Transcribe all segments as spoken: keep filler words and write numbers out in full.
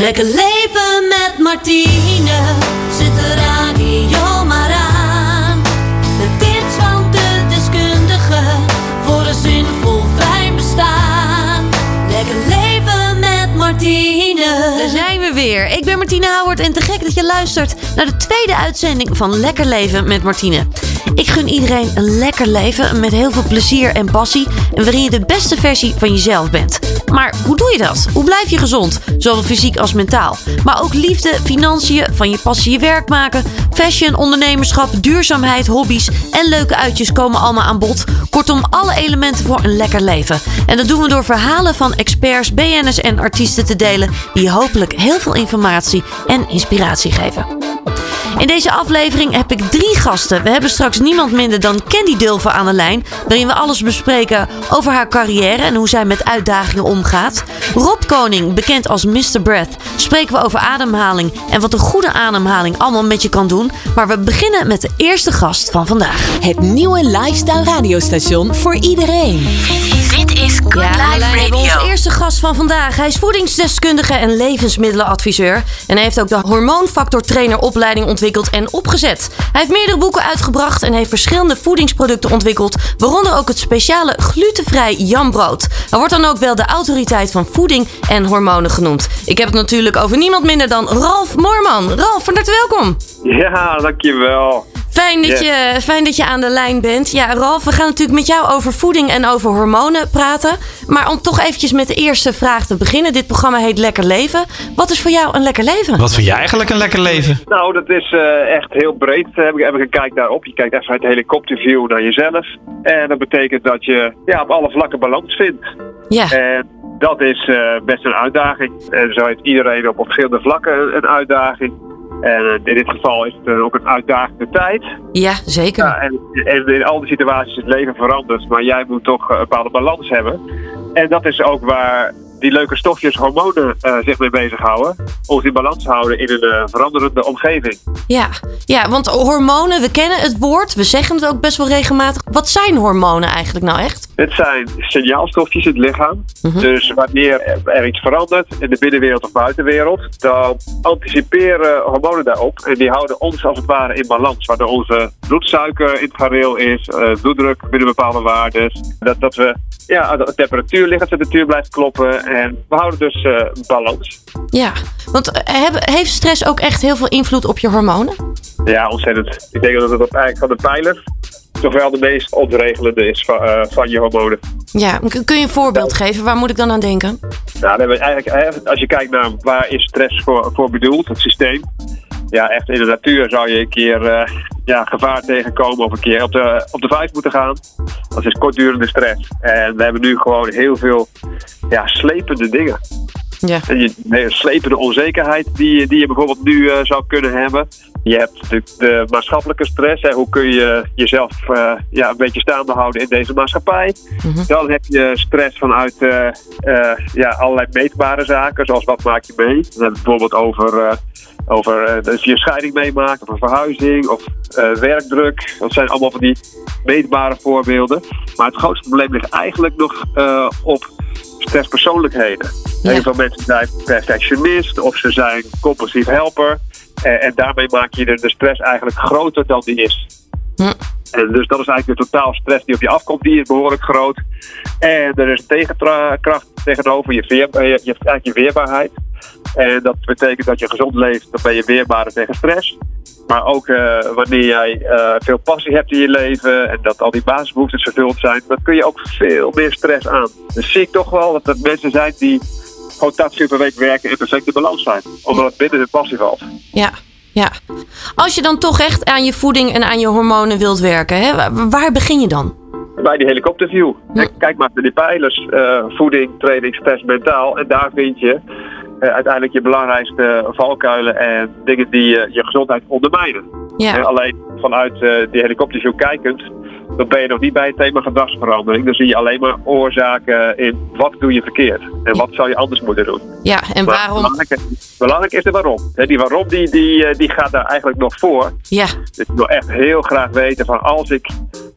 Lekker leven met Martine. Zet de radio maar aan. De tips van de deskundige voor een zinvol fijn bestaan. Lekker leven met Martine. Daar zijn we weer. Ik ben Martine Houwert en te gek dat je luistert naar de tweede uitzending van Lekker leven met Martine. Ik gun iedereen een lekker leven met heel veel plezier en passie en waarin je de beste versie van jezelf bent. Maar hoe doe je dat? Hoe blijf je gezond? Zowel fysiek als mentaal. Maar ook liefde, financiën, van je passie je werk maken, fashion, ondernemerschap, duurzaamheid, hobby's en leuke uitjes komen allemaal aan bod. Kortom, alle elementen voor een lekker leven. En dat doen we door verhalen van experts, B N'ers en artiesten te delen die je hopelijk heel veel informatie en inspiratie geven. In deze aflevering heb ik drie gasten. We hebben straks niemand minder dan Candy Dulfer aan de lijn, waarin we alles bespreken over haar carrière en hoe zij met uitdagingen omgaat. Rob Koning, bekend als mister Breath, spreken we over ademhaling en wat een goede ademhaling allemaal met je kan doen. Maar we beginnen met de eerste gast van vandaag. Het nieuwe lifestyle radiostation voor iedereen. Dit is Good ja, Life Radio. Radio. Onze eerste gast van vandaag. Hij is voedingsdeskundige en levensmiddelenadviseur. En hij heeft ook de hormoonfactor trainer opleiding ontwikkeld en opgezet. Hij heeft meerdere boeken uitgebracht en heeft verschillende voedingsproducten ontwikkeld, waaronder ook het speciale glutenvrij Janbrood. Hij wordt dan ook wel de autoriteit van voeding en hormonen genoemd. Ik heb het natuurlijk over niemand minder dan Ralf Moorman. Ralf, van harte welkom. Ja, dankjewel. Fijn dat, je, fijn dat je aan de lijn bent. Ja, Ralf, we gaan natuurlijk met jou over voeding en over hormonen praten. Maar om toch eventjes met de eerste vraag te beginnen. Dit programma heet Lekker Leven. Wat is voor jou een lekker leven? Wat vind jij eigenlijk een lekker leven? Nou, dat is uh, echt heel breed. Heb ik, heb ik een kijk daarop. Je kijkt even uit de helikopterview naar jezelf. En dat betekent dat je ja, op alle vlakken balans vindt. Ja. En dat is uh, best een uitdaging. En zo heeft iedereen op verschillende vlakken een, een uitdaging. En in dit geval is het ook een uitdagende tijd. Ja, zeker. Ja, en, en in al die situaties is het leven verandert. Maar jij moet toch een bepaalde balans hebben. En dat is ook waar die leuke stofjes, hormonen, uh, zich mee bezighouden. Ons in balans houden in een uh, veranderende omgeving. Ja. ja, want hormonen, we kennen het woord. We zeggen het ook best wel regelmatig. Wat zijn hormonen eigenlijk nou echt? Het zijn signaalstofjes in het lichaam. Uh-huh. Dus wanneer er iets verandert in de binnenwereld of buitenwereld, dan anticiperen hormonen daarop. En die houden ons als het ware in balans. Waardoor onze bloedsuiker in het gareel is, uh, bloeddruk binnen bepaalde waarden. Dat, dat we ja, de temperatuur, lichaamstemperatuur blijft kloppen. En we houden dus uh, balans. Ja, want heb, heeft stress ook echt heel veel invloed op je hormonen? Ja, ontzettend. Ik denk dat het op eigenlijk van de pijlers toch wel de meest ontregelende is van, uh, van je hormonen. Ja, kun je een voorbeeld ja. geven? Waar moet ik dan aan denken? Nou, dan hebben we eigenlijk, als je kijkt naar waar is stress voor, voor bedoeld, het systeem. Ja, echt in de natuur zou je een keer uh, ja, gevaar tegenkomen of een keer op de, op de vuist moeten gaan. Dat is kortdurende stress. En we hebben nu gewoon heel veel ja, slepende dingen. Ja. En je, nee, slepende onzekerheid die, die je bijvoorbeeld nu uh, zou kunnen hebben. Je hebt natuurlijk de maatschappelijke stress. Hè. Hoe kun je jezelf uh, ja, een beetje staande houden in deze maatschappij? Mm-hmm. Dan heb je stress vanuit uh, uh, ja, allerlei meetbare zaken. Zoals wat maak je mee? Dan hebben we het bijvoorbeeld over, uh, over uh, dat je scheiding meemaakt. Of een verhuizing. Of uh, werkdruk. Dat zijn allemaal van die meetbare voorbeelden. Maar het grootste probleem ligt eigenlijk nog uh, op stresspersoonlijkheden. Ja. Heel veel mensen zijn perfectionist of ze zijn compulsief helper. En, en daarmee maak je de, de stress eigenlijk groter dan die is. Hm. En dus dat is eigenlijk de totaal stress die op je afkomt, die is behoorlijk groot. En er is een tegenkracht tegenover, je, veer, je, je hebt eigenlijk je weerbaarheid. En dat betekent dat je gezond leeft, dan ben je weerbaarder tegen stress. Maar ook uh, wanneer jij uh, veel passie hebt in je leven en dat al die basisbehoeften vervuld zijn, dan kun je ook veel meer stress aan. Dus zie ik toch wel dat er mensen zijn die gewoon tachtig uur per week werken en perfect in balans zijn. Omdat het binnen hun passie valt. Ja, ja. Als je dan toch echt aan je voeding en aan je hormonen wilt werken, hè, waar begin je dan? Bij die helikopterview. Ja. Kijk maar naar die pijlers. Uh, voeding, training, stress, mentaal. En daar vind je uh, uiteindelijk je belangrijkste valkuilen en dingen die uh, je gezondheid ondermijnen. Ja. En alleen vanuit uh, die helikopterview kijkend, dan ben je nog niet bij het thema gedragsverandering. Dan zie je alleen maar oorzaken in wat doe je verkeerd. En wat zou je anders moeten doen. Ja, en maar waarom? Belangrijk, belangrijk is de waarom. He, die waarom die, die, die gaat daar eigenlijk nog voor. Ja. Dus ik wil echt heel graag weten van als ik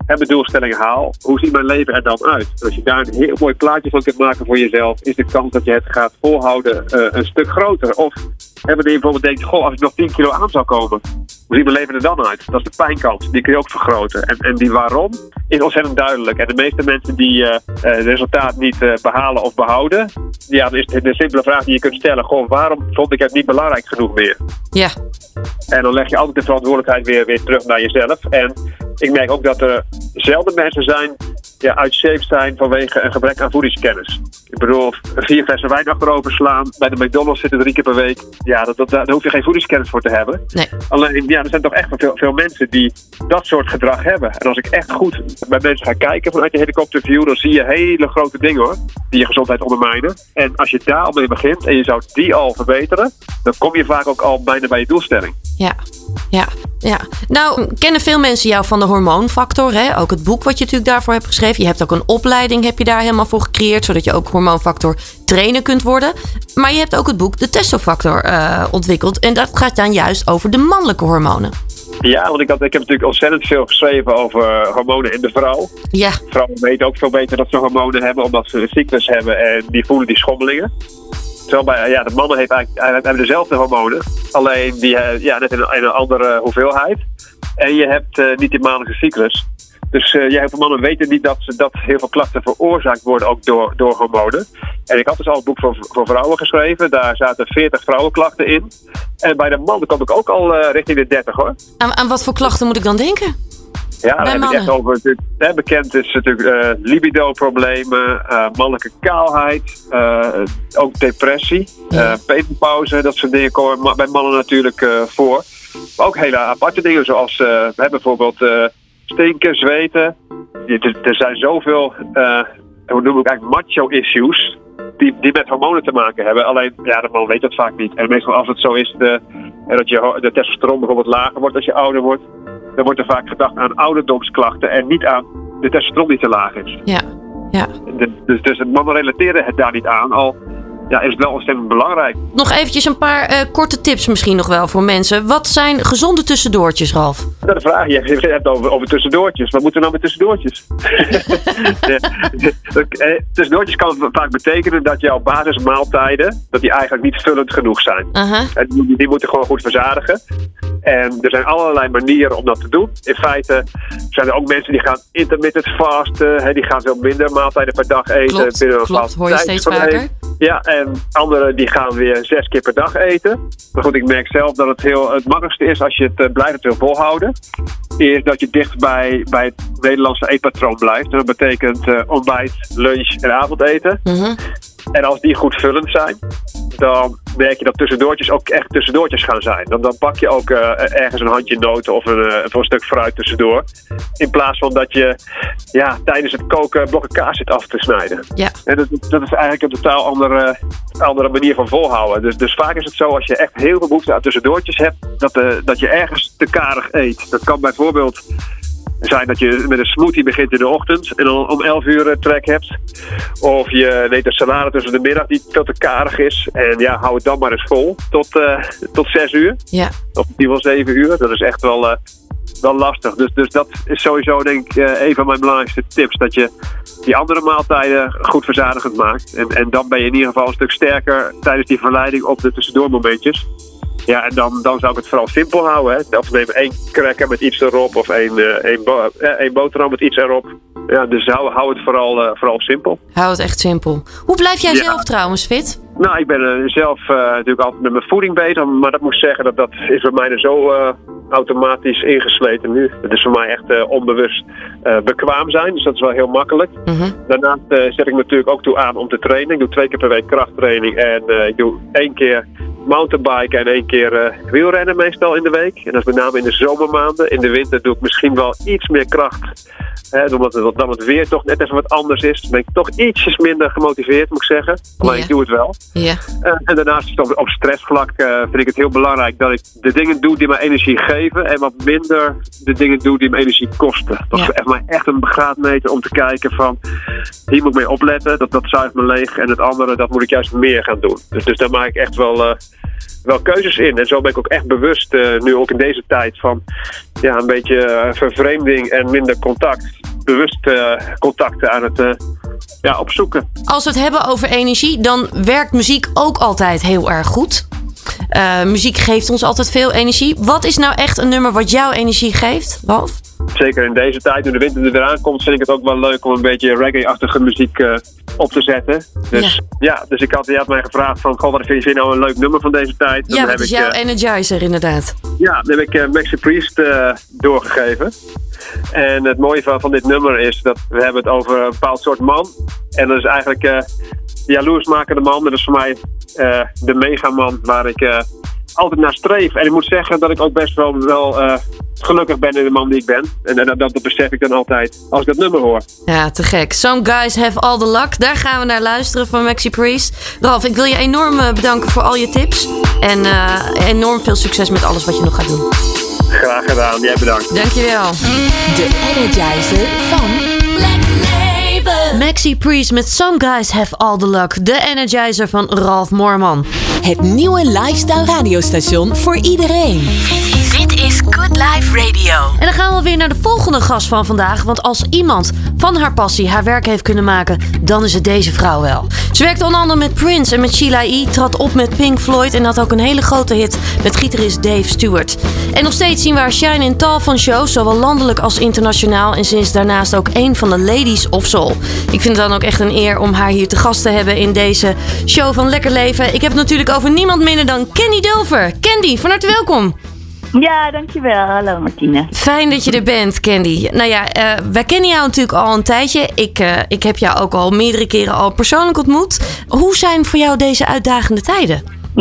en mijn doelstellingen haal, hoe ziet mijn leven er dan uit? En als je daar een heel mooi plaatje van kunt maken voor jezelf, is de kans dat je het gaat volhouden uh, een stuk groter. Of hè, wanneer je bijvoorbeeld denkt, goh, als ik nog tien kilo aan zou komen, hoe ziet mijn leven er dan uit? Dat is de pijnkant, die kun je ook vergroten. En, en die waarom is ontzettend duidelijk. En de meeste mensen die uh, het resultaat niet uh, behalen of behouden, ja, dan is het de simpele vraag die je kunt stellen, goh, waarom vond ik het niet belangrijk genoeg meer? Ja. En dan leg je altijd de verantwoordelijkheid weer, weer terug naar jezelf. En ik merk ook dat er zelden mensen zijn ja, uit shape zijn vanwege een gebrek aan voedingskennis. Ik bedoel, vier flessen wijn achterover slaan, bij de McDonald's zitten drie keer per week. Ja, dat, dat, daar hoef je geen voedingskennis voor te hebben. Nee. Alleen, ja, er zijn toch echt veel, veel mensen die dat soort gedrag hebben. En als ik echt goed bij mensen ga kijken vanuit de helikopterview, dan zie je hele grote dingen hoor, die je gezondheid ondermijnen. En als je daar al mee begint en je zou die al verbeteren, dan kom je vaak ook al bijna bij je doelstelling. Ja, ja, ja. Nou, kennen veel mensen jou van de hormoonfactor, hè? Ook het boek wat je natuurlijk daarvoor hebt geschreven. Je hebt ook een opleiding, heb je daar helemaal voor gecreëerd, zodat je ook hormoonfactor trainer kunt worden. Maar je hebt ook het boek De Testofactor uh, ontwikkeld. En dat gaat dan juist over de mannelijke hormonen. Ja, want ik, had, ik heb natuurlijk ontzettend veel geschreven over hormonen in de vrouw. Ja. Vrouwen weten ook veel beter dat ze hormonen hebben, omdat ze een cyclus hebben en die voelen die schommelingen. Terwijl bij ja, de mannen heeft eigenlijk, hebben dezelfde hormonen, alleen die ja, net in een, in een andere hoeveelheid. En je hebt uh, niet die maandelijkse cyclus. Dus uh, ja, heel veel mannen weten niet dat, dat heel veel klachten veroorzaakt worden ook door, door hormonen. En ik had dus al een boek voor, voor vrouwen geschreven. Daar zaten veertig vrouwenklachten in. En bij de mannen kom ik ook al uh, richting de dertig hoor. Aan, aan wat voor klachten moet ik dan denken? Ja, daar heb ik echt over. Hè, bekend is natuurlijk uh, libido-problemen, uh, mannelijke kaalheid, uh, ook depressie, ja. uh, peperpauze, dat soort dingen komen bij mannen natuurlijk uh, voor. Maar ook hele aparte dingen zoals uh, we hebben bijvoorbeeld uh, stinken, zweten. Er, er zijn zoveel, uh, hoe noem ik eigenlijk, macho-issues die, die met hormonen te maken hebben. Alleen, ja, de man weet dat vaak niet. En meestal als het zo is de, dat je, de testosteron bijvoorbeeld lager wordt als je ouder wordt, dan wordt er vaak gedacht aan ouderdomsklachten en niet aan de testosteron die te laag is. Ja, ja. Dus, dus mannen relateren het daar niet aan, al ja, is het wel ontzettend belangrijk. Nog eventjes een paar uh, korte tips misschien nog wel voor mensen. Wat zijn gezonde tussendoortjes, Ralf? Dat is de vraag. Je hebt het over, over tussendoortjes. Wat moeten we nou met tussendoortjes? de, de, de, tussendoortjes kan vaak betekenen dat jouw basismaaltijden, dat die eigenlijk niet vullend genoeg zijn. Uh-huh. En die, die moeten gewoon goed verzadigen. En er zijn allerlei manieren om dat te doen. In feite zijn er ook mensen die gaan intermittent fasten. Hè, die gaan veel minder maaltijden per dag eten. Klopt, binnen een klopt. Hoor je steeds vaker. Eten. Ja, en anderen die gaan weer zes keer per dag eten. Maar goed, ik merk zelf dat het heel het makkelijkste is als je het uh, blijft wil volhouden. Is dat je dicht bij, bij het Nederlandse eetpatroon blijft. En dat betekent uh, ontbijt, lunch en avondeten. Mm-hmm. En als die goed vullend zijn, dan merk je dat tussendoortjes ook echt tussendoortjes gaan zijn. Dan, dan pak je ook uh, ergens een handje noten of een, uh, een stuk fruit tussendoor. In plaats van dat je ja, tijdens het koken blokken kaas zit af te snijden. Ja. En dat, dat is eigenlijk een totaal andere, andere manier van volhouden. Dus, dus vaak is het zo, als je echt heel veel behoefte aan tussendoortjes hebt, dat, uh, dat je ergens te karig eet. Dat kan bijvoorbeeld zijn dat je met een smoothie begint in de ochtend en dan om elf uur trek hebt. Of je neemt een salade tussen de middag die veel te karig is. En ja, hou het dan maar eens vol tot, uh, tot zes uur. Ja. Of in ieder geval zeven uur. Dat is echt wel, uh, wel lastig. Dus, dus dat is sowieso denk ik uh, een van mijn belangrijkste tips. Dat je die andere maaltijden goed verzadigend maakt. En, en dan ben je in ieder geval een stuk sterker tijdens die verleiding op de tussendoormomentjes. Ja, en dan, dan zou ik het vooral simpel houden. Hè. Of neem één cracker met iets erop of één, uh, één, bo- uh, één boterham met iets erop. Ja, dus hou, hou het vooral, uh, vooral simpel. Hou het echt simpel. Hoe blijf jij ja. zelf trouwens fit? Nou, ik ben uh, zelf uh, natuurlijk altijd met mijn voeding bezig. Maar dat moet ik zeggen, dat, dat is bij mij er zo uh, automatisch ingesleten nu. Het is voor mij echt uh, onbewust uh, bekwaam zijn. Dus dat is wel heel makkelijk. Mm-hmm. Daarnaast uh, zet ik me natuurlijk ook toe aan om te trainen. Ik doe twee keer per week krachttraining. En uh, ik doe één keer mountainbiken en één keer uh, wielrennen meestal in de week. En dat is met name in de zomermaanden. In de winter doe ik misschien wel iets meer kracht. Hè, omdat het, dan het weer toch net even wat anders is. Dan ben ik toch ietsjes minder gemotiveerd, moet ik zeggen. Maar ja. ik doe het wel. Ja. Uh, en daarnaast op, op stressvlak uh, vind ik het heel belangrijk dat ik de dingen doe die me energie geven. En wat minder de dingen doe die me energie kosten. Dat is ja. echt, echt een graadmeter om te kijken van, hier moet ik mee opletten. Dat, dat zuigt me leeg. En het andere, dat moet ik juist meer gaan doen. Dus, dus daar maak ik echt wel uh, wel keuzes in. En zo ben ik ook echt bewust, uh, nu ook in deze tijd, van ja, een beetje uh, vervreemding en minder contact. Bewust uh, contacten aan het uh, ja, opzoeken. Als we het hebben over energie, dan werkt muziek ook altijd heel erg goed. Uh, muziek geeft ons altijd veel energie. Wat is nou echt een nummer wat jou energie geeft, Ralf? Zeker in deze tijd, nu de winter er weer aankomt, vind ik het ook wel leuk om een beetje reggae-achtige muziek uh, op te zetten. Dus ja, ja dus ik had, je had mij gevraagd van, goh, wat vind je nou een leuk nummer van deze tijd? Ja, dat is jouw uh, energizer inderdaad. Ja, dan heb ik uh, Maxi Priest uh, doorgegeven. En het mooie van, van dit nummer is dat we hebben het over een bepaald soort man. En dat is eigenlijk uh, jaloersmakende man. Dat is voor mij uh, de megaman waar ik uh, altijd naar streef. En ik moet zeggen dat ik ook best wel, wel uh, gelukkig ben in de man die ik ben. En, en dat, dat besef ik dan altijd als ik dat nummer hoor. Ja, te gek. Some Guys Have All The Luck. Daar gaan we naar luisteren van Maxi Priest. Ralf, ik wil je enorm bedanken voor al je tips. En uh, enorm veel succes met alles wat je nog gaat doen. Graag gedaan. Jij bedankt. Dankjewel. De Energizer van Maxi Priest met Some Guys Have All The Luck. De Energizer van Ralf Moorman. Het nieuwe lifestyle radiostation voor iedereen. Dit is Good Life Radio. En dan gaan we weer naar de volgende gast van vandaag. Want als iemand van haar passie haar werk heeft kunnen maken, dan is het deze vrouw wel. Ze werkte onder andere met Prince en met Sheila E. Trad op met Pink Floyd en had ook een hele grote hit met gitarist Dave Stewart. En nog steeds zien we haar shine in tal van shows, zowel landelijk als internationaal. En ze is daarnaast ook een van de Ladies of Soul. Ik vind het dan ook echt een eer om haar hier te gast te hebben in deze show van Lekker Leven. Ik heb het natuurlijk over niemand minder dan Candy Dulfer. Candy, van harte welkom. Ja, dankjewel. Hallo Martine. Fijn dat je er bent, Candy. Nou ja, uh, wij kennen jou natuurlijk al een tijdje. Ik, uh, ik heb jou ook al meerdere keren al persoonlijk ontmoet. Hoe zijn voor jou deze uitdagende tijden?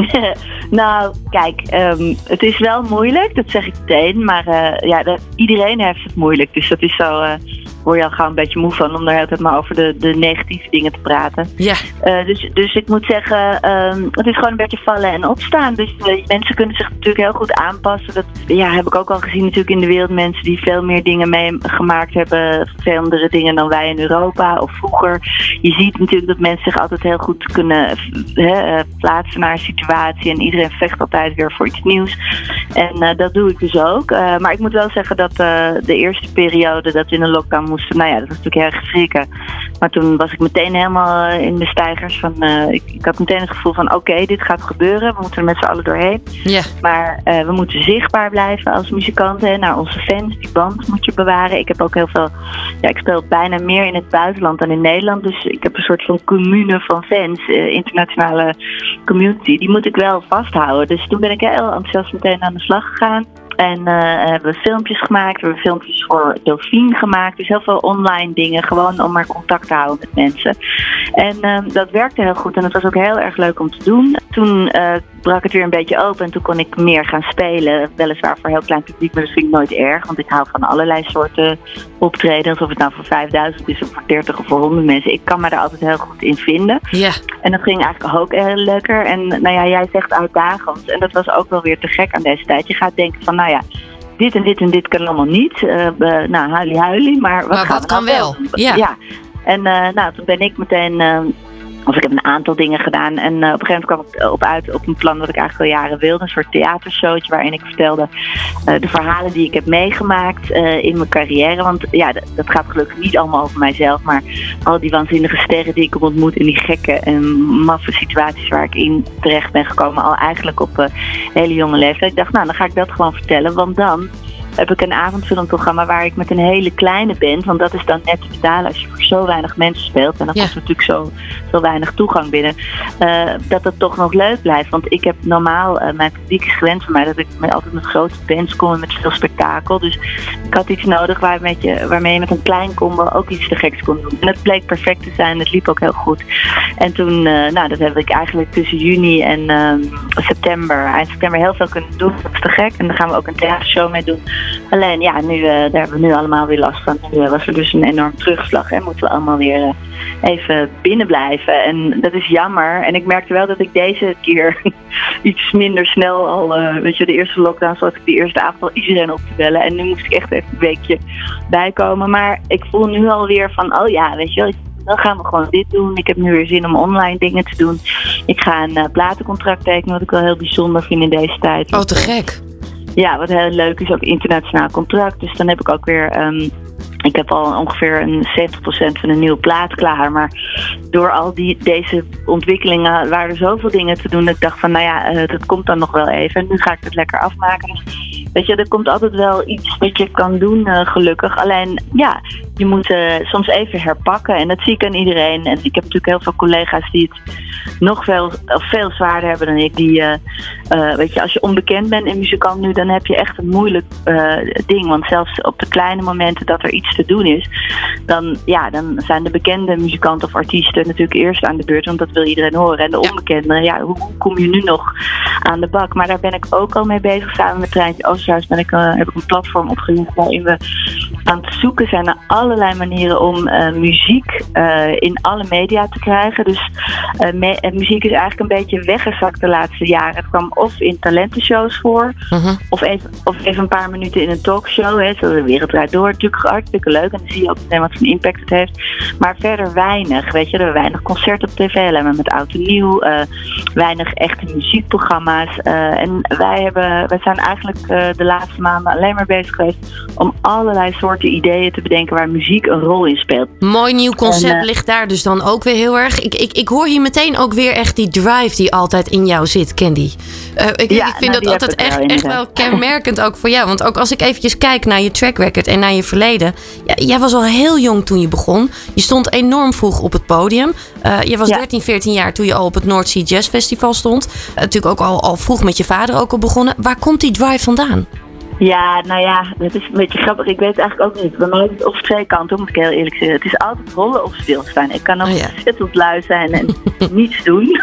Nou, kijk, um, het is wel moeilijk, dat zeg ik meteen. Maar uh, ja, de, iedereen heeft het moeilijk. Dus dat is zo... Uh, word je al gauw een beetje moe van om daar altijd maar over de, de negatieve dingen te praten. Ja. Uh, dus, dus ik moet zeggen, um, het is gewoon een beetje vallen en opstaan. Dus uh, mensen kunnen zich natuurlijk heel goed aanpassen. Dat ja, heb ik ook al gezien natuurlijk in de wereld. Mensen die veel meer dingen meegemaakt hebben, veel andere dingen dan wij in Europa of vroeger. Je ziet natuurlijk dat mensen zich altijd heel goed kunnen he, plaatsen naar een situatie. En iedereen vecht altijd weer voor iets nieuws. En uh, dat doe ik dus ook. Uh, maar ik moet wel zeggen dat uh, de eerste periode dat we in een lockdown moesten, nou ja, dat was natuurlijk heel erg schrikken. Maar toen was ik meteen helemaal in de steigers. Van, uh, ik, ik had meteen het gevoel van oké, okay, dit gaat gebeuren. We moeten er met z'n allen doorheen. Ja. Maar uh, we moeten zichtbaar blijven als muzikanten. Naar onze fans, die band moet je bewaren. Ik heb ook heel veel, ja, ik speel bijna meer in het buitenland dan in Nederland. Dus ik heb een soort van commune van fans, uh, internationale community. Die moet ik wel vasthouden. Dus toen ben ik heel enthousiast meteen aan de slag gegaan. En uh, hebben we filmpjes gemaakt. We hebben filmpjes voor Delphine gemaakt. Dus heel veel online dingen. Gewoon om maar contact te houden met mensen. En uh, dat werkte heel goed. En het was ook heel erg leuk om te doen. Toen uh, brak het weer een beetje open. En toen kon ik meer gaan spelen. Weliswaar voor heel klein publiek. Maar dat vind ik nooit erg. Want ik hou van allerlei soorten optredens. Of het nou voor vijfduizend is of voor dertig of voor honderd mensen. Ik kan me daar altijd heel goed in vinden. Ja. En dat ging eigenlijk ook heel leuker. En nou ja, jij zegt uitdagend. En dat was ook wel weer te gek aan deze tijd. Je gaat denken van nou ja, dit en dit en dit kan allemaal niet. Uh, uh, nou, huilie huilie. Maar wat, maar wat kan wel? wel? Ja. ja. En uh, nou, toen ben ik meteen... Uh, Of ik heb een aantal dingen gedaan. En uh, op een gegeven moment kwam ik op uit op een plan wat ik eigenlijk al jaren wilde. Een soort theatershowtje waarin ik vertelde uh, de verhalen die ik heb meegemaakt uh, in mijn carrière. Want ja, d- dat gaat gelukkig niet allemaal over mijzelf. Maar al die waanzinnige sterren die ik heb ontmoet in die gekke en maffe situaties waar ik in terecht ben gekomen. Al eigenlijk op uh, hele jonge leeftijd. Ik dacht, nou dan ga ik dat gewoon vertellen. Want dan heb ik een avondfilmprogramma waar ik met een hele kleine band, want dat is dan net te betalen als je voor zo weinig mensen speelt. En dan ja. kost natuurlijk zo, zo weinig toegang binnen. Uh, dat het toch nog leuk blijft. Want ik heb normaal, uh, mijn publiek is gewend van mij dat ik met, altijd met grote bands kom en met veel spektakel. Dus ik had iets nodig waar met je, waarmee je met een klein combo ook iets te geks kon doen. En het bleek perfect te zijn. Het liep ook heel goed. En toen, uh, nou dat heb ik eigenlijk tussen juni en uh, september, eind september heel veel kunnen doen. Dat is te gek. En daar gaan we ook een theatershow mee doen. Alleen ja, nu, uh, daar hebben we nu allemaal weer last van. Nu uh, was er dus een enorm terugslag en moeten we allemaal weer uh, even binnen blijven. En dat is jammer. En ik merkte wel dat ik deze keer iets minder snel al, uh, weet je, de eerste lockdown zoals ik de eerste avond al iedereen op te bellen. En nu moest ik echt even een weekje bijkomen. Maar ik voel nu alweer van, oh ja, weet je wel, dan gaan we gewoon dit doen. Ik heb nu weer zin om online dingen te doen. Ik ga een uh, platencontract tekenen, wat ik wel heel bijzonder vind in deze tijd. Oh, te gek. Ja, wat heel leuk is, ook internationaal contract. Dus dan heb ik ook weer... Um, ik heb al ongeveer een zeventig procent van een nieuwe plaat klaar. Maar door al die, deze ontwikkelingen waren er zoveel dingen te doen. Dat ik dacht van, nou ja, uh, dat komt dan nog wel even. En nu ga ik het lekker afmaken. Dus weet je, er komt altijd wel iets wat je kan doen, uh, gelukkig. Alleen, ja, je moet uh, soms even herpakken. En dat zie ik aan iedereen. En ik heb natuurlijk heel veel collega's die het nog veel, veel zwaarder hebben dan ik. Die, uh, uh, weet je, als je onbekend bent in muzikant nu, dan heb je echt een moeilijk uh, ding. Want zelfs op de kleine momenten dat er iets te doen is, dan, ja, dan zijn de bekende muzikanten of artiesten natuurlijk eerst aan de beurt, want dat wil iedereen horen. En de onbekende, ja, hoe kom je nu nog aan de bak? Maar daar ben ik ook al mee bezig. Samen met Treintje Oosterhuis ben ik, uh, heb ik een platform opgericht waarin we aan het zoeken zijn naar allerlei manieren om uh, muziek uh, in alle media te krijgen. Dus uh, me- muziek is eigenlijk een beetje weggezakt de laatste jaren. Het kwam of in talentenshows voor, uh-huh. of, even, of even een paar minuten in een talkshow. Hè, zo de wereld draait door. Natuurlijk hartstikke leuk. En dan zie je ook meteen wat voor impact het heeft. Maar verder weinig. Weet je, er weinig concerten op tv. Alleen maar met oud en nieuw. Uh, weinig echte muziekprogramma's. Uh, en wij, hebben, wij zijn eigenlijk uh, de laatste maanden alleen maar bezig geweest om allerlei soorten ideeën te bedenken waar muziek een rol in speelt. Mooi nieuw concept en, uh, ligt daar dus dan ook weer heel erg. Ik, ik, ik hoor hier meteen ook weer echt die drive die altijd in jou zit, Candy. Uh, ik, ja, ik vind nou, dat altijd echt, echt wel kenmerkend ook voor jou. Want ook als ik eventjes kijk naar je track record en naar je verleden. Ja, jij was al heel jong toen je begon. Je stond enorm vroeg op het podium. Uh, je was ja. dertien, veertien jaar toen je al op het North Sea Jazz Festival stond. Uh, natuurlijk ook al, al vroeg met je vader ook al begonnen. Waar komt die drive vandaan? Ja, nou ja, dat is een beetje grappig. Ik weet het eigenlijk ook niet. Bij mij is het of twee kanten, moet ik heel eerlijk zeggen. Het is altijd rollen of stilstaan. Ik kan ook oh ja. ontzettend lui zijn en niets doen.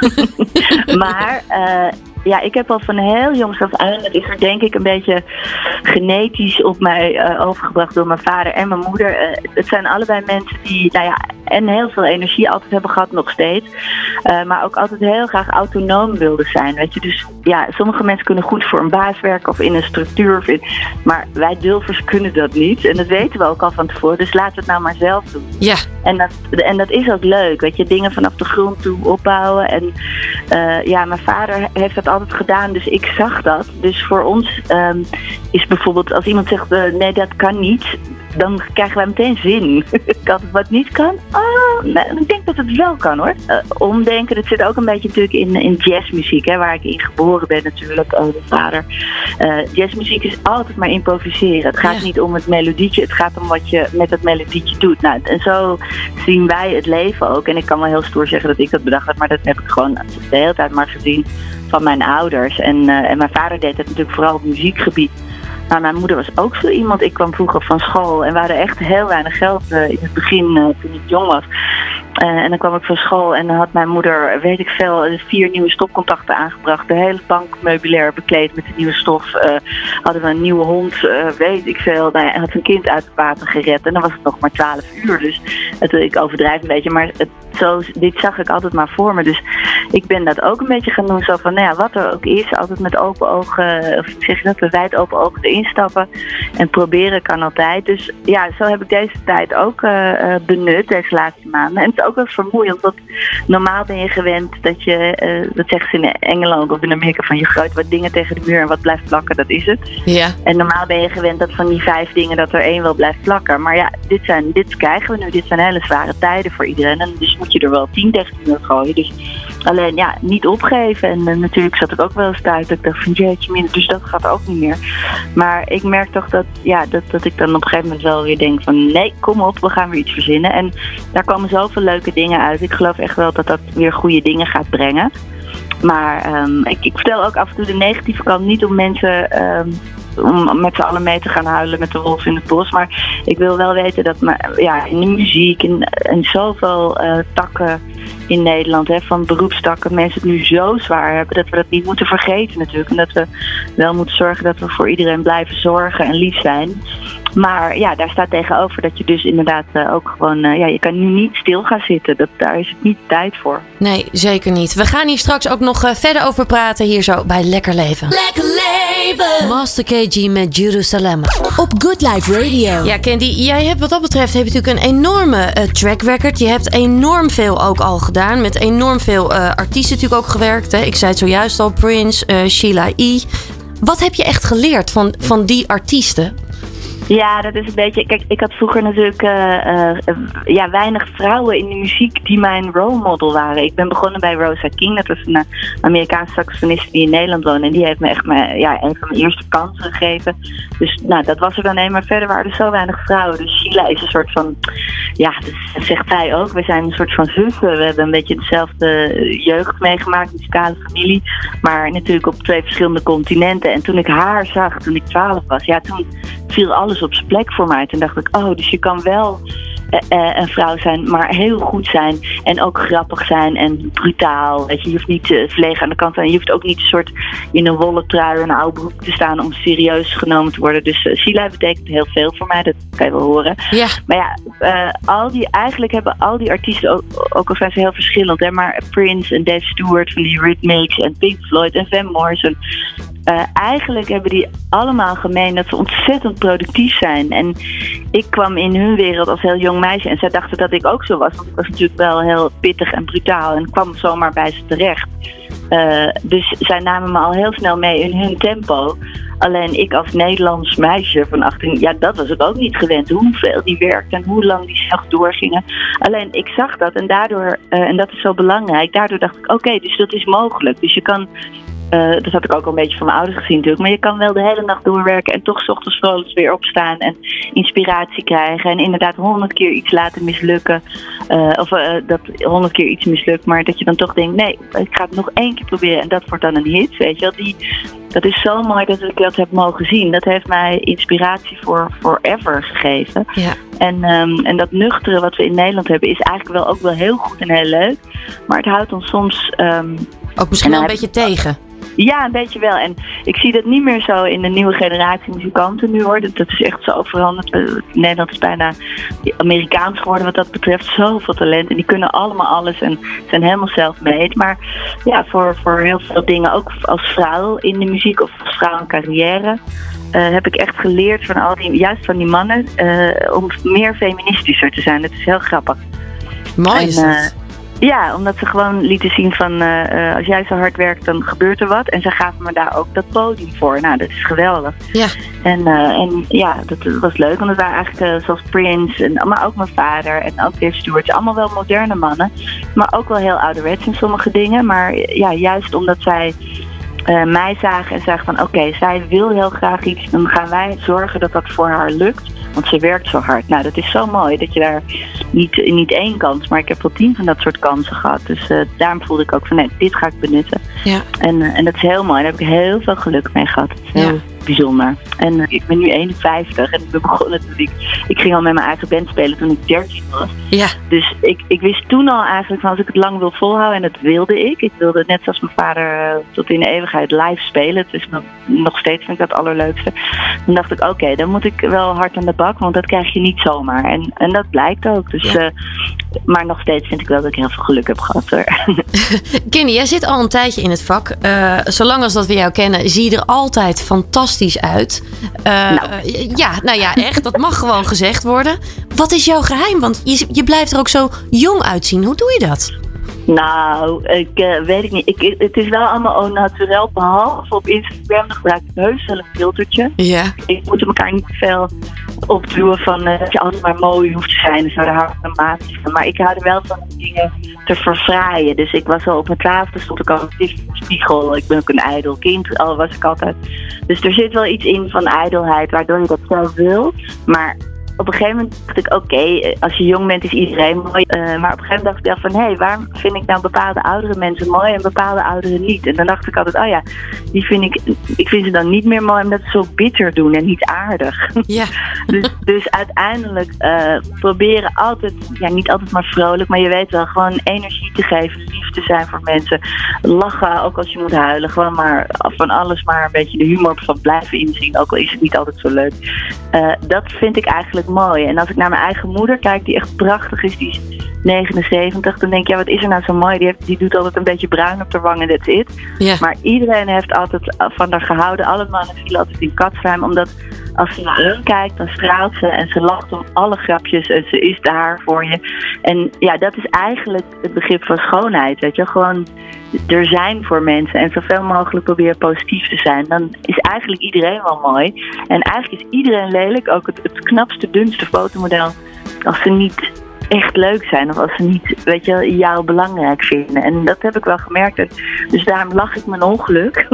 maar... Uh, Ja, ik heb al van heel jongs af aan, dat is er denk ik een beetje genetisch op mij uh, overgebracht door mijn vader en mijn moeder. Uh, het zijn allebei mensen die, nou ja, en heel veel energie altijd hebben gehad, nog steeds. Uh, maar ook altijd heel graag autonoom wilden zijn, weet je. Dus ja, sommige mensen kunnen goed voor een baas werken of in een structuur. Of in, maar wij dulvers kunnen dat niet. En dat weten we ook al van tevoren, dus laten we het nou maar zelf doen. Ja. En dat, en dat is ook leuk, weet je. Dingen vanaf de grond toe opbouwen. En uh, ja, mijn vader heeft dat altijd gedaan, dus ik zag dat. Dus voor ons um, is bijvoorbeeld, als iemand zegt, uh, nee, dat kan niet, dan krijgen wij meteen zin. Kan het wat niet kan? Oh, nee, ik denk dat het wel kan, hoor. Uh, omdenken, dat zit ook een beetje natuurlijk in, in jazzmuziek, hè, waar ik in geboren ben natuurlijk, uh, mijn vader. Uh, jazzmuziek is altijd maar improviseren. Het gaat ja. niet om het melodietje, het gaat om wat je met het melodietje doet. Nou, en zo zien wij het leven ook. En ik kan wel heel stoer zeggen dat ik dat bedacht heb, maar dat heb ik gewoon de hele tijd maar gezien van mijn ouders. En, uh, en mijn vader deed het natuurlijk vooral op muziekgebied. Maar mijn moeder was ook zo iemand. Ik kwam vroeger van school en we hadden echt heel weinig geld uh, in het begin uh, toen ik jong was. Uh, en dan kwam ik van school en dan had mijn moeder, weet ik veel, vier nieuwe stopcontacten aangebracht. De hele bank meubilair bekleed met de nieuwe stof. Uh, hadden we een nieuwe hond, uh, weet ik veel. Nou ja, en had een kind uit het water gered. En dan was het nog maar twaalf uur. Dus het, ik overdrijf een beetje. Maar het, zo, dit zag ik altijd maar voor me. Dus ik ben dat ook een beetje gaan doen. Zo van, nou ja, wat er ook is. Altijd met open ogen, of zeg je dat, met wijd open ogen erin stappen. En proberen kan altijd. Dus ja, zo heb ik deze tijd ook uh, benut, deze laatste maanden. En het is ook wel vermoeiend. Want normaal ben je gewend dat je, uh, dat zeggen ze in Engeland of in Amerika, van je gooit wat dingen tegen de muur en wat blijft plakken, dat is het. Ja. En normaal ben je gewend dat van die vijf dingen dat er één wel blijft plakken. Maar ja, dit, zijn, dit krijgen we nu. Dit zijn hele zware tijden voor iedereen. En dus moet je er wel tien tegen de muur gooien. Dus alleen ja, niet opgeven. En uh, natuurlijk zat ik ook wel eens thuis dat ik dacht van jeetje minder, dus dat gaat ook niet meer. Maar ik merk toch dat, ja, dat, dat ik dan op een gegeven moment wel weer denk van nee, kom op, we gaan weer iets verzinnen. En daar komen zoveel leuke dingen uit. Ik geloof echt wel dat dat weer goede dingen gaat brengen. Maar um, ik, ik vertel ook af en toe de negatieve kant, niet om mensen um, om met z'n allen mee te gaan huilen met de wolf in het bos. Maar ik wil wel weten dat maar, ja, in de muziek en, en zoveel uh, takken in Nederland, hè, van beroepstakken, mensen het nu zo zwaar hebben dat we dat niet moeten vergeten natuurlijk. En dat we wel moeten zorgen dat we voor iedereen blijven zorgen en lief zijn. Maar ja, daar staat tegenover dat je dus inderdaad uh, ook gewoon, uh, ja, je kan nu niet stil gaan zitten. Dat, daar is het niet tijd voor. Nee, zeker niet. We gaan hier straks ook nog uh, verder over praten hier zo bij Lekker Leven. Lekker Leven. leven. Master K G met Jerusalem. Op Good Life Radio. Ja, Candy, jij hebt wat dat betreft heb je natuurlijk een enorme uh, track record. Je hebt enorm veel ook al gedaan. Met enorm veel uh, artiesten natuurlijk ook gewerkt. Hè. Ik zei het zojuist al, Prince, uh, Sheila E. Wat heb je echt geleerd van, van die artiesten? Ja, dat is een beetje... Kijk, ik had vroeger natuurlijk uh, uh, ja, weinig vrouwen in de muziek die mijn role model waren. Ik ben begonnen bij Rosa King. Dat was een uh, Amerikaanse saxofonist die in Nederland woonde. En die heeft me echt mijn, ja, een van mijn eerste kansen gegeven. Dus nou, dat was er dan een. Maar verder waren er zo weinig vrouwen. Dus Sheila is een soort van... Ja, dat zegt zij ook. We zijn een soort van zussen. We hebben een beetje dezelfde jeugd meegemaakt. Muzikale familie. Maar natuurlijk op twee verschillende continenten. En toen ik haar zag, toen ik twaalf was... Ja, toen viel alles op zijn plek voor mij. Toen dacht ik, oh, dus je kan wel uh, uh, een vrouw zijn, maar heel goed zijn. En ook grappig zijn en brutaal. Weet je, je hoeft niet uh, verlegen aan de kant te zijn. Je hoeft ook niet een soort in een wollen trui en een oude broek te staan om serieus genomen te worden. Dus uh, Sheila betekent heel veel voor mij, dat kan je wel horen. Ja. Maar ja, uh, al die, eigenlijk hebben al die artiesten, ook, ook al zijn ze heel verschillend, hè, maar Prince en Dave Stewart van die Rhythmics en Pink Floyd en Van Morrison. Uh, eigenlijk hebben die allemaal gemeen dat ze ontzettend productief zijn. En ik kwam in hun wereld als heel jong meisje en zij dachten dat ik ook zo was. Want ik was natuurlijk wel heel pittig en brutaal en kwam zomaar bij ze terecht. Uh, dus zij namen me al heel snel mee in hun tempo. Alleen ik als Nederlands meisje van achttien, ja, dat was ik ook niet gewend. Hoeveel die werkte en hoe lang die s'nachts doorgingen. Alleen ik zag dat en daardoor, uh, en dat is zo belangrijk, daardoor dacht ik, oké, okay, dus dat is mogelijk. Dus je kan... Uh, dat had ik ook al een beetje van mijn ouders gezien natuurlijk. Maar je kan wel de hele nacht doorwerken en toch 's ochtends vrolijk weer opstaan en inspiratie krijgen. En inderdaad honderd keer iets laten mislukken. Uh, of uh, dat honderd keer iets mislukt, maar dat je dan toch denkt, nee, ik ga het nog één keer proberen en dat wordt dan een hit. Weet je wel, die, dat is zo mooi dat ik dat heb mogen zien. Dat heeft mij inspiratie voor forever gegeven. Ja. En, um, en dat nuchtere wat we in Nederland hebben is eigenlijk wel ook wel heel goed en heel leuk. Maar het houdt ons soms... Um, ook misschien wel een beetje tegen. Ja, een beetje wel. En ik zie dat niet meer zo in de nieuwe generatie muzikanten nu hoor. Dat, dat is echt zo veranderd. Nederland is bijna Amerikaans geworden wat dat betreft. Zoveel talent. En die kunnen allemaal alles en zijn helemaal self-made. Maar ja, voor, voor heel veel dingen, ook als vrouw in de muziek of als vrouw in carrière... Uh, heb ik echt geleerd van al die, juist van die mannen, uh, om meer feministischer te zijn. Dat is heel grappig. Mooi is en, uh, het. Ja, omdat ze gewoon lieten zien van uh, uh, als jij zo hard werkt, dan gebeurt er wat. En ze gaven me daar ook dat podium voor. Nou, dat is geweldig. Ja. En, uh, en ja, dat was leuk. Want het waren eigenlijk uh, zoals Prince, en, maar ook mijn vader en ook Dave Stewart. Allemaal wel moderne mannen, maar ook wel heel ouderwets in sommige dingen. Maar ja, juist omdat zij... Uh, mij zagen en zagen van oké, okay, zij wil heel graag iets, dan gaan wij zorgen dat dat voor haar lukt, want ze werkt zo hard. Nou, dat is zo mooi dat je daar niet, niet één kans, maar ik heb wel tien van dat soort kansen gehad. Dus uh, daarom voelde ik ook van nee, dit ga ik benutten. Ja. En, uh, en dat is heel mooi, daar heb ik heel veel geluk mee gehad. Dat is heel ja. bijzonder. En uh, ik ben nu eenenvijftig en ik ben begonnen toen ik, ik ging al met mijn eigen band spelen toen ik dertien was. Ja. Dus ik, ik wist toen al eigenlijk van als ik het lang wil volhouden, en dat wilde ik. Ik wilde net zoals mijn vader uh, tot in de eeuwigheid live spelen. Het is nog, nog steeds vind ik dat allerleukste. Dan dacht ik oké, okay, dan moet ik wel hard aan de bak, want dat krijg je niet zomaar. En, en dat blijkt ook. Dus, ja. uh, maar nog steeds vind ik wel dat ik heel veel geluk heb gehad hoor. Kenny, jij zit al een tijdje in het vak. Uh, zolang als dat we jou kennen, zie je er altijd fantastisch uit. Uh, nou. Uh, ja, nou ja, echt. Dat mag gewoon gezegd worden. Wat is jouw geheim? Want je, je blijft er ook zo jong uitzien. Hoe doe je dat? Nou, ik uh, weet ik niet. Ik, het is wel allemaal au naturel, behalve op Instagram. Dan gebruik ik heus wel een filtertje. Ja. Ik moet elkaar niet veel opduwen van uh, dat je altijd maar mooi hoeft te zijn. Dus daar hou ik een maat van. Maar ik hou er wel van om dingen te verfraaien. Dus ik was al op mijn twaalfde, stond ik al in de spiegel. Ik ben ook een ijdel kind, al was ik altijd. Dus er zit wel iets in van ijdelheid, waardoor je dat zelf wil. Maar op een gegeven moment dacht ik, oké, okay, als je jong bent is iedereen mooi. Uh, maar op een gegeven moment dacht ik wel van, hé, hey, waarom vind ik nou bepaalde oudere mensen mooi en bepaalde ouderen niet? En dan dacht ik altijd, oh ja, die vind ik, ik vind ze dan niet meer mooi omdat ze zo bitter doen en niet aardig. Ja. dus, dus uiteindelijk uh, proberen altijd, ja, niet altijd maar vrolijk, maar je weet wel, gewoon energie te geven, lief te zijn voor mensen. Lachen, ook als je moet huilen. Gewoon maar van alles maar een beetje de humor van blijven inzien, ook al is het niet altijd zo leuk. Uh, dat vind ik eigenlijk mooi. En als ik naar mijn eigen moeder kijk, die echt prachtig is, die is negenenzeventig. Dan denk ik, ja, wat is er nou zo mooi? Die, heeft, die doet altijd een beetje bruin op de wangen, that's it. Ja. Maar iedereen heeft altijd van haar gehouden. Alle mannen vielen altijd in katzwijm. Omdat als ze naar haar kijkt, dan straalt ze. En ze lacht om alle grapjes. En ze is daar voor je. En ja, dat is eigenlijk het begrip van schoonheid. Weet je, gewoon er zijn voor mensen. En zoveel mogelijk proberen positief te zijn. Dan is eigenlijk iedereen wel mooi. En eigenlijk is iedereen lelijk. Ook het, het knapste, dunste fotomodel. Als ze niet echt leuk zijn. Of als ze niet, weet je, jou belangrijk vinden. En dat heb ik wel gemerkt. Dus daarom lach ik mijn ongeluk.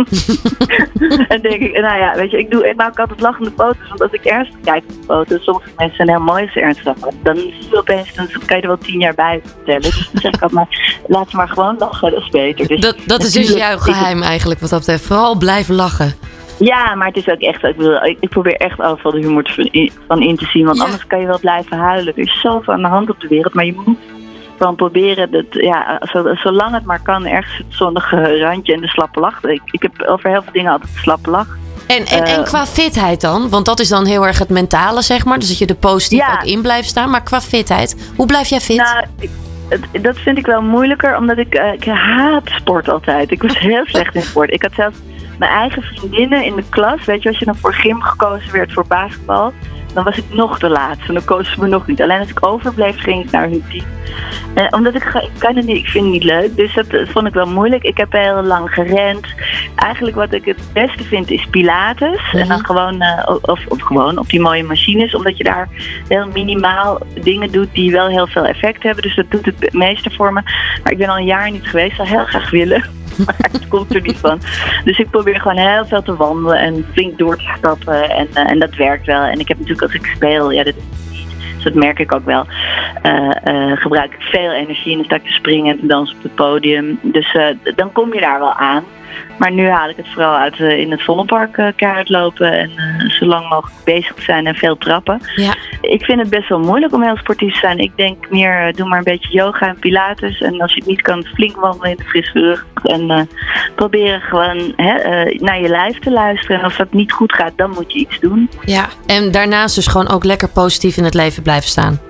En denk ik, nou ja, weet je, ik, doe, ik maak altijd lachende foto's. Want als ik ernstig kijk op foto's, sommige mensen zijn heel mooi als ze ernstig zijn. Dan zie je opeens, dan kan je er wel tien jaar bij vertellen. Dus dan zeg ik altijd maar, laat ze maar gewoon lachen, dat is beter. Dus dat, dat is dus jouw geheim eigenlijk, wat dat betreft. Vooral blijven lachen. Ja, maar het is ook echt, ik, bedoel, ik, ik probeer echt overal de humor van in te zien. Want ja. Anders kan je wel blijven huilen. Er is zoveel aan de hand op de wereld. Maar je moet gewoon proberen, dat, ja, zolang het maar kan, ergens het zonnige randje en de slappe lach. Ik, ik heb over heel veel dingen altijd de slappe lach. En, en, uh, en qua fitheid dan? Want dat is dan heel erg het mentale, zeg maar. Dus dat je er positief ja. ook in blijft staan. Maar qua fitheid, hoe blijf jij fit? Nou, ik, het, dat vind ik wel moeilijker, omdat ik, uh, ik haat sport altijd. Ik was heel slecht in sport. Ik had zelfs mijn eigen vriendinnen in de klas, weet je, als je dan voor gym gekozen werd voor basketbal, dan was ik nog de laatste. En dan kozen ze me nog niet. Alleen als ik overbleef, ging ik naar hun team. Eh, omdat ik, ik kan het niet, ik vind het niet leuk. Dus dat, dat vond ik wel moeilijk. Ik heb heel lang gerend. Eigenlijk wat ik het beste vind is Pilates. Mm-hmm. En dan gewoon, uh, of, of gewoon op die mooie machines. Omdat je daar heel minimaal dingen doet die wel heel veel effect hebben. Dus dat doet het meeste voor me. Maar ik ben al een jaar niet geweest. Zou heel graag willen. Maar het komt er niet van. Dus ik probeer gewoon heel veel te wandelen en flink door te stappen. En, uh, en dat werkt wel. En ik heb natuurlijk als ik speel, ja, dat is niet. Dus dat merk ik ook wel. Uh, uh, gebruik ik veel energie en dan sta ik te springen en te dansen op het podium. Dus uh, dan kom je daar wel aan. Maar nu haal ik het vooral uit uh, in het Vondelpark uh, keihard lopen en uh, zo lang mogelijk bezig zijn en veel trappen. Ja. Ik vind het best wel moeilijk om heel sportief te zijn. Ik denk meer, uh, doe maar een beetje yoga en pilates. En als je het niet kan, flink wandelen in de frisse lucht. En uh, proberen gewoon hè, uh, naar je lijf te luisteren. En als dat niet goed gaat, dan moet je iets doen. Ja, en daarnaast dus gewoon ook lekker positief in het leven blijven staan.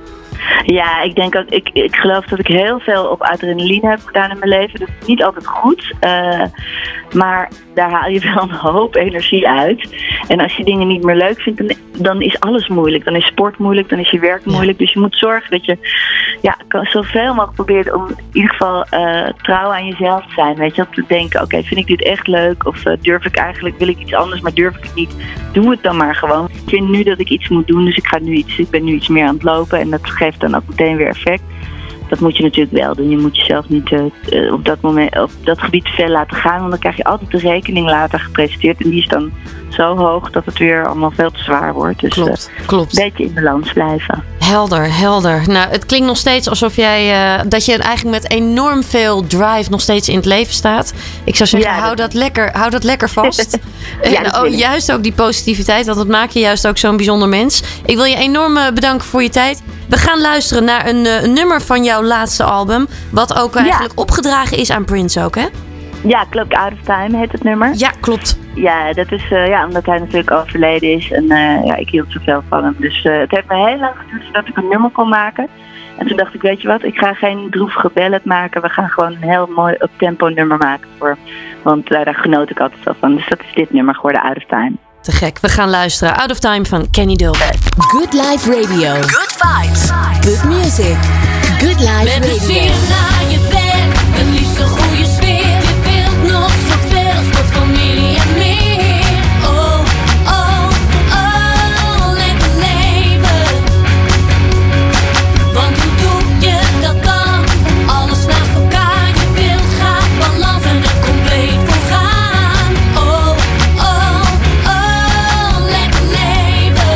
Ja, ik denk ook, ik, ik geloof dat ik heel veel op adrenaline heb gedaan in mijn leven. Dat is niet altijd goed, uh, maar daar haal je wel een hoop energie uit. En als je dingen niet meer leuk vindt, dan, dan is alles moeilijk. Dan is sport moeilijk, dan is je werk moeilijk. Ja. Dus je moet zorgen dat je ja, kan zoveel mogelijk probeert om in ieder geval uh, trouw aan jezelf te zijn. Weet je, om te denken, oké, okay, vind ik dit echt leuk? Of uh, durf ik eigenlijk, wil ik iets anders, maar durf ik het niet? Doe het dan maar gewoon. Ik vind nu dat ik iets moet doen, dus ik ga nu iets, ik ben nu iets meer aan het lopen en dat geeft dan ook meteen weer effect. Dat moet je natuurlijk wel doen. Je moet jezelf niet uh, op, dat moment, op dat gebied te veel laten gaan. Want dan krijg je altijd de rekening later gepresenteerd. En die is dan zo hoog dat het weer allemaal veel te zwaar wordt. Dus klopt, uh, klopt. Een beetje in balans blijven. Helder, helder. Nou, het klinkt nog steeds alsof jij uh, dat je eigenlijk met enorm veel drive nog steeds in het leven staat. Ik zou zeggen, ja, hou, dat... Dat lekker, hou dat lekker vast. Ja, en oh, juist ook die positiviteit, want dat maakt je juist ook zo'n bijzonder mens. Ik wil je enorm uh, bedanken voor je tijd. We gaan luisteren naar een, uh, een nummer van jouw laatste album. Wat ook eigenlijk ja. opgedragen is aan Prince ook, hè? Ja, klopt. Out of Time heet het nummer. Ja, klopt. Ja, dat is uh, ja, omdat hij natuurlijk overleden is. En uh, ja, ik hield zoveel van hem. Dus uh, het heeft me heel lang geduurd voordat ik een nummer kon maken. En toen dacht ik, weet je wat, ik ga geen droevige ballad maken. We gaan gewoon een heel mooi up-tempo nummer maken voor. Want uh, daar genoot ik altijd wel van. Dus dat is dit nummer geworden, Out of Time. Te gek. We gaan luisteren. Out of Time van Kenny Dilbert. Good Life Radio. Good vibes. Good music. Good Life Radio. Met plezier naar je werk. Een liefste goede sfeer. Je wilt nog zoveel. Sport, familie en meer. Oh, oh, oh. Lekker leven. Want hoe doe je dat dan? Alles naast elkaar. Je wilt graag balans en er compleet voor gaan. Oh, oh, oh. Lekker leven.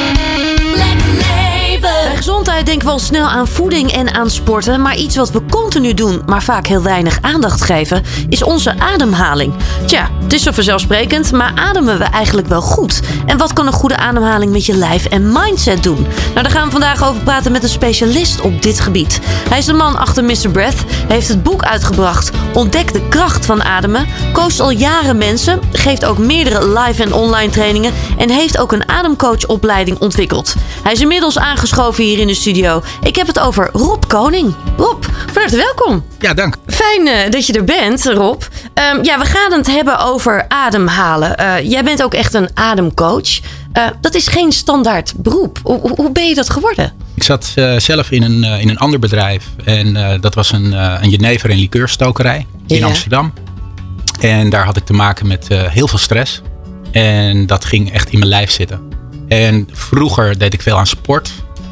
Bij gezondheid denken we al snel aan voeding en aan sporten. Maar iets wat we continu continu doen, maar vaak heel weinig aandacht geven, is onze ademhaling. Tja, het is zo vanzelfsprekend, maar ademen we eigenlijk wel goed? En wat kan een goede ademhaling met je lijf en mindset doen? Nou, daar gaan we vandaag over praten met een specialist op dit gebied. Hij is de man achter mister Breath, heeft het boek uitgebracht Ontdek de kracht van ademen, coacht al jaren mensen, geeft ook meerdere live en online trainingen en heeft ook een ademcoachopleiding ontwikkeld. Hij is inmiddels aangeschoven hier in de studio. Ik heb het over Rob Koning. Rob, van harte welkom. Ja, dank. Fijn uh, dat je er bent, Rob. Um, ja, we gaan het hebben over ademhalen. Uh, jij bent ook echt een ademcoach. Uh, dat is geen standaard beroep. Hoe, hoe ben je dat geworden? Ik zat uh, zelf in een, uh, in een ander bedrijf. En uh, dat was een, uh, een jenever- en likeurstokerij in ja. Amsterdam. En daar had ik te maken met uh, heel veel stress. En dat ging echt in mijn lijf zitten. En vroeger deed ik veel aan sport.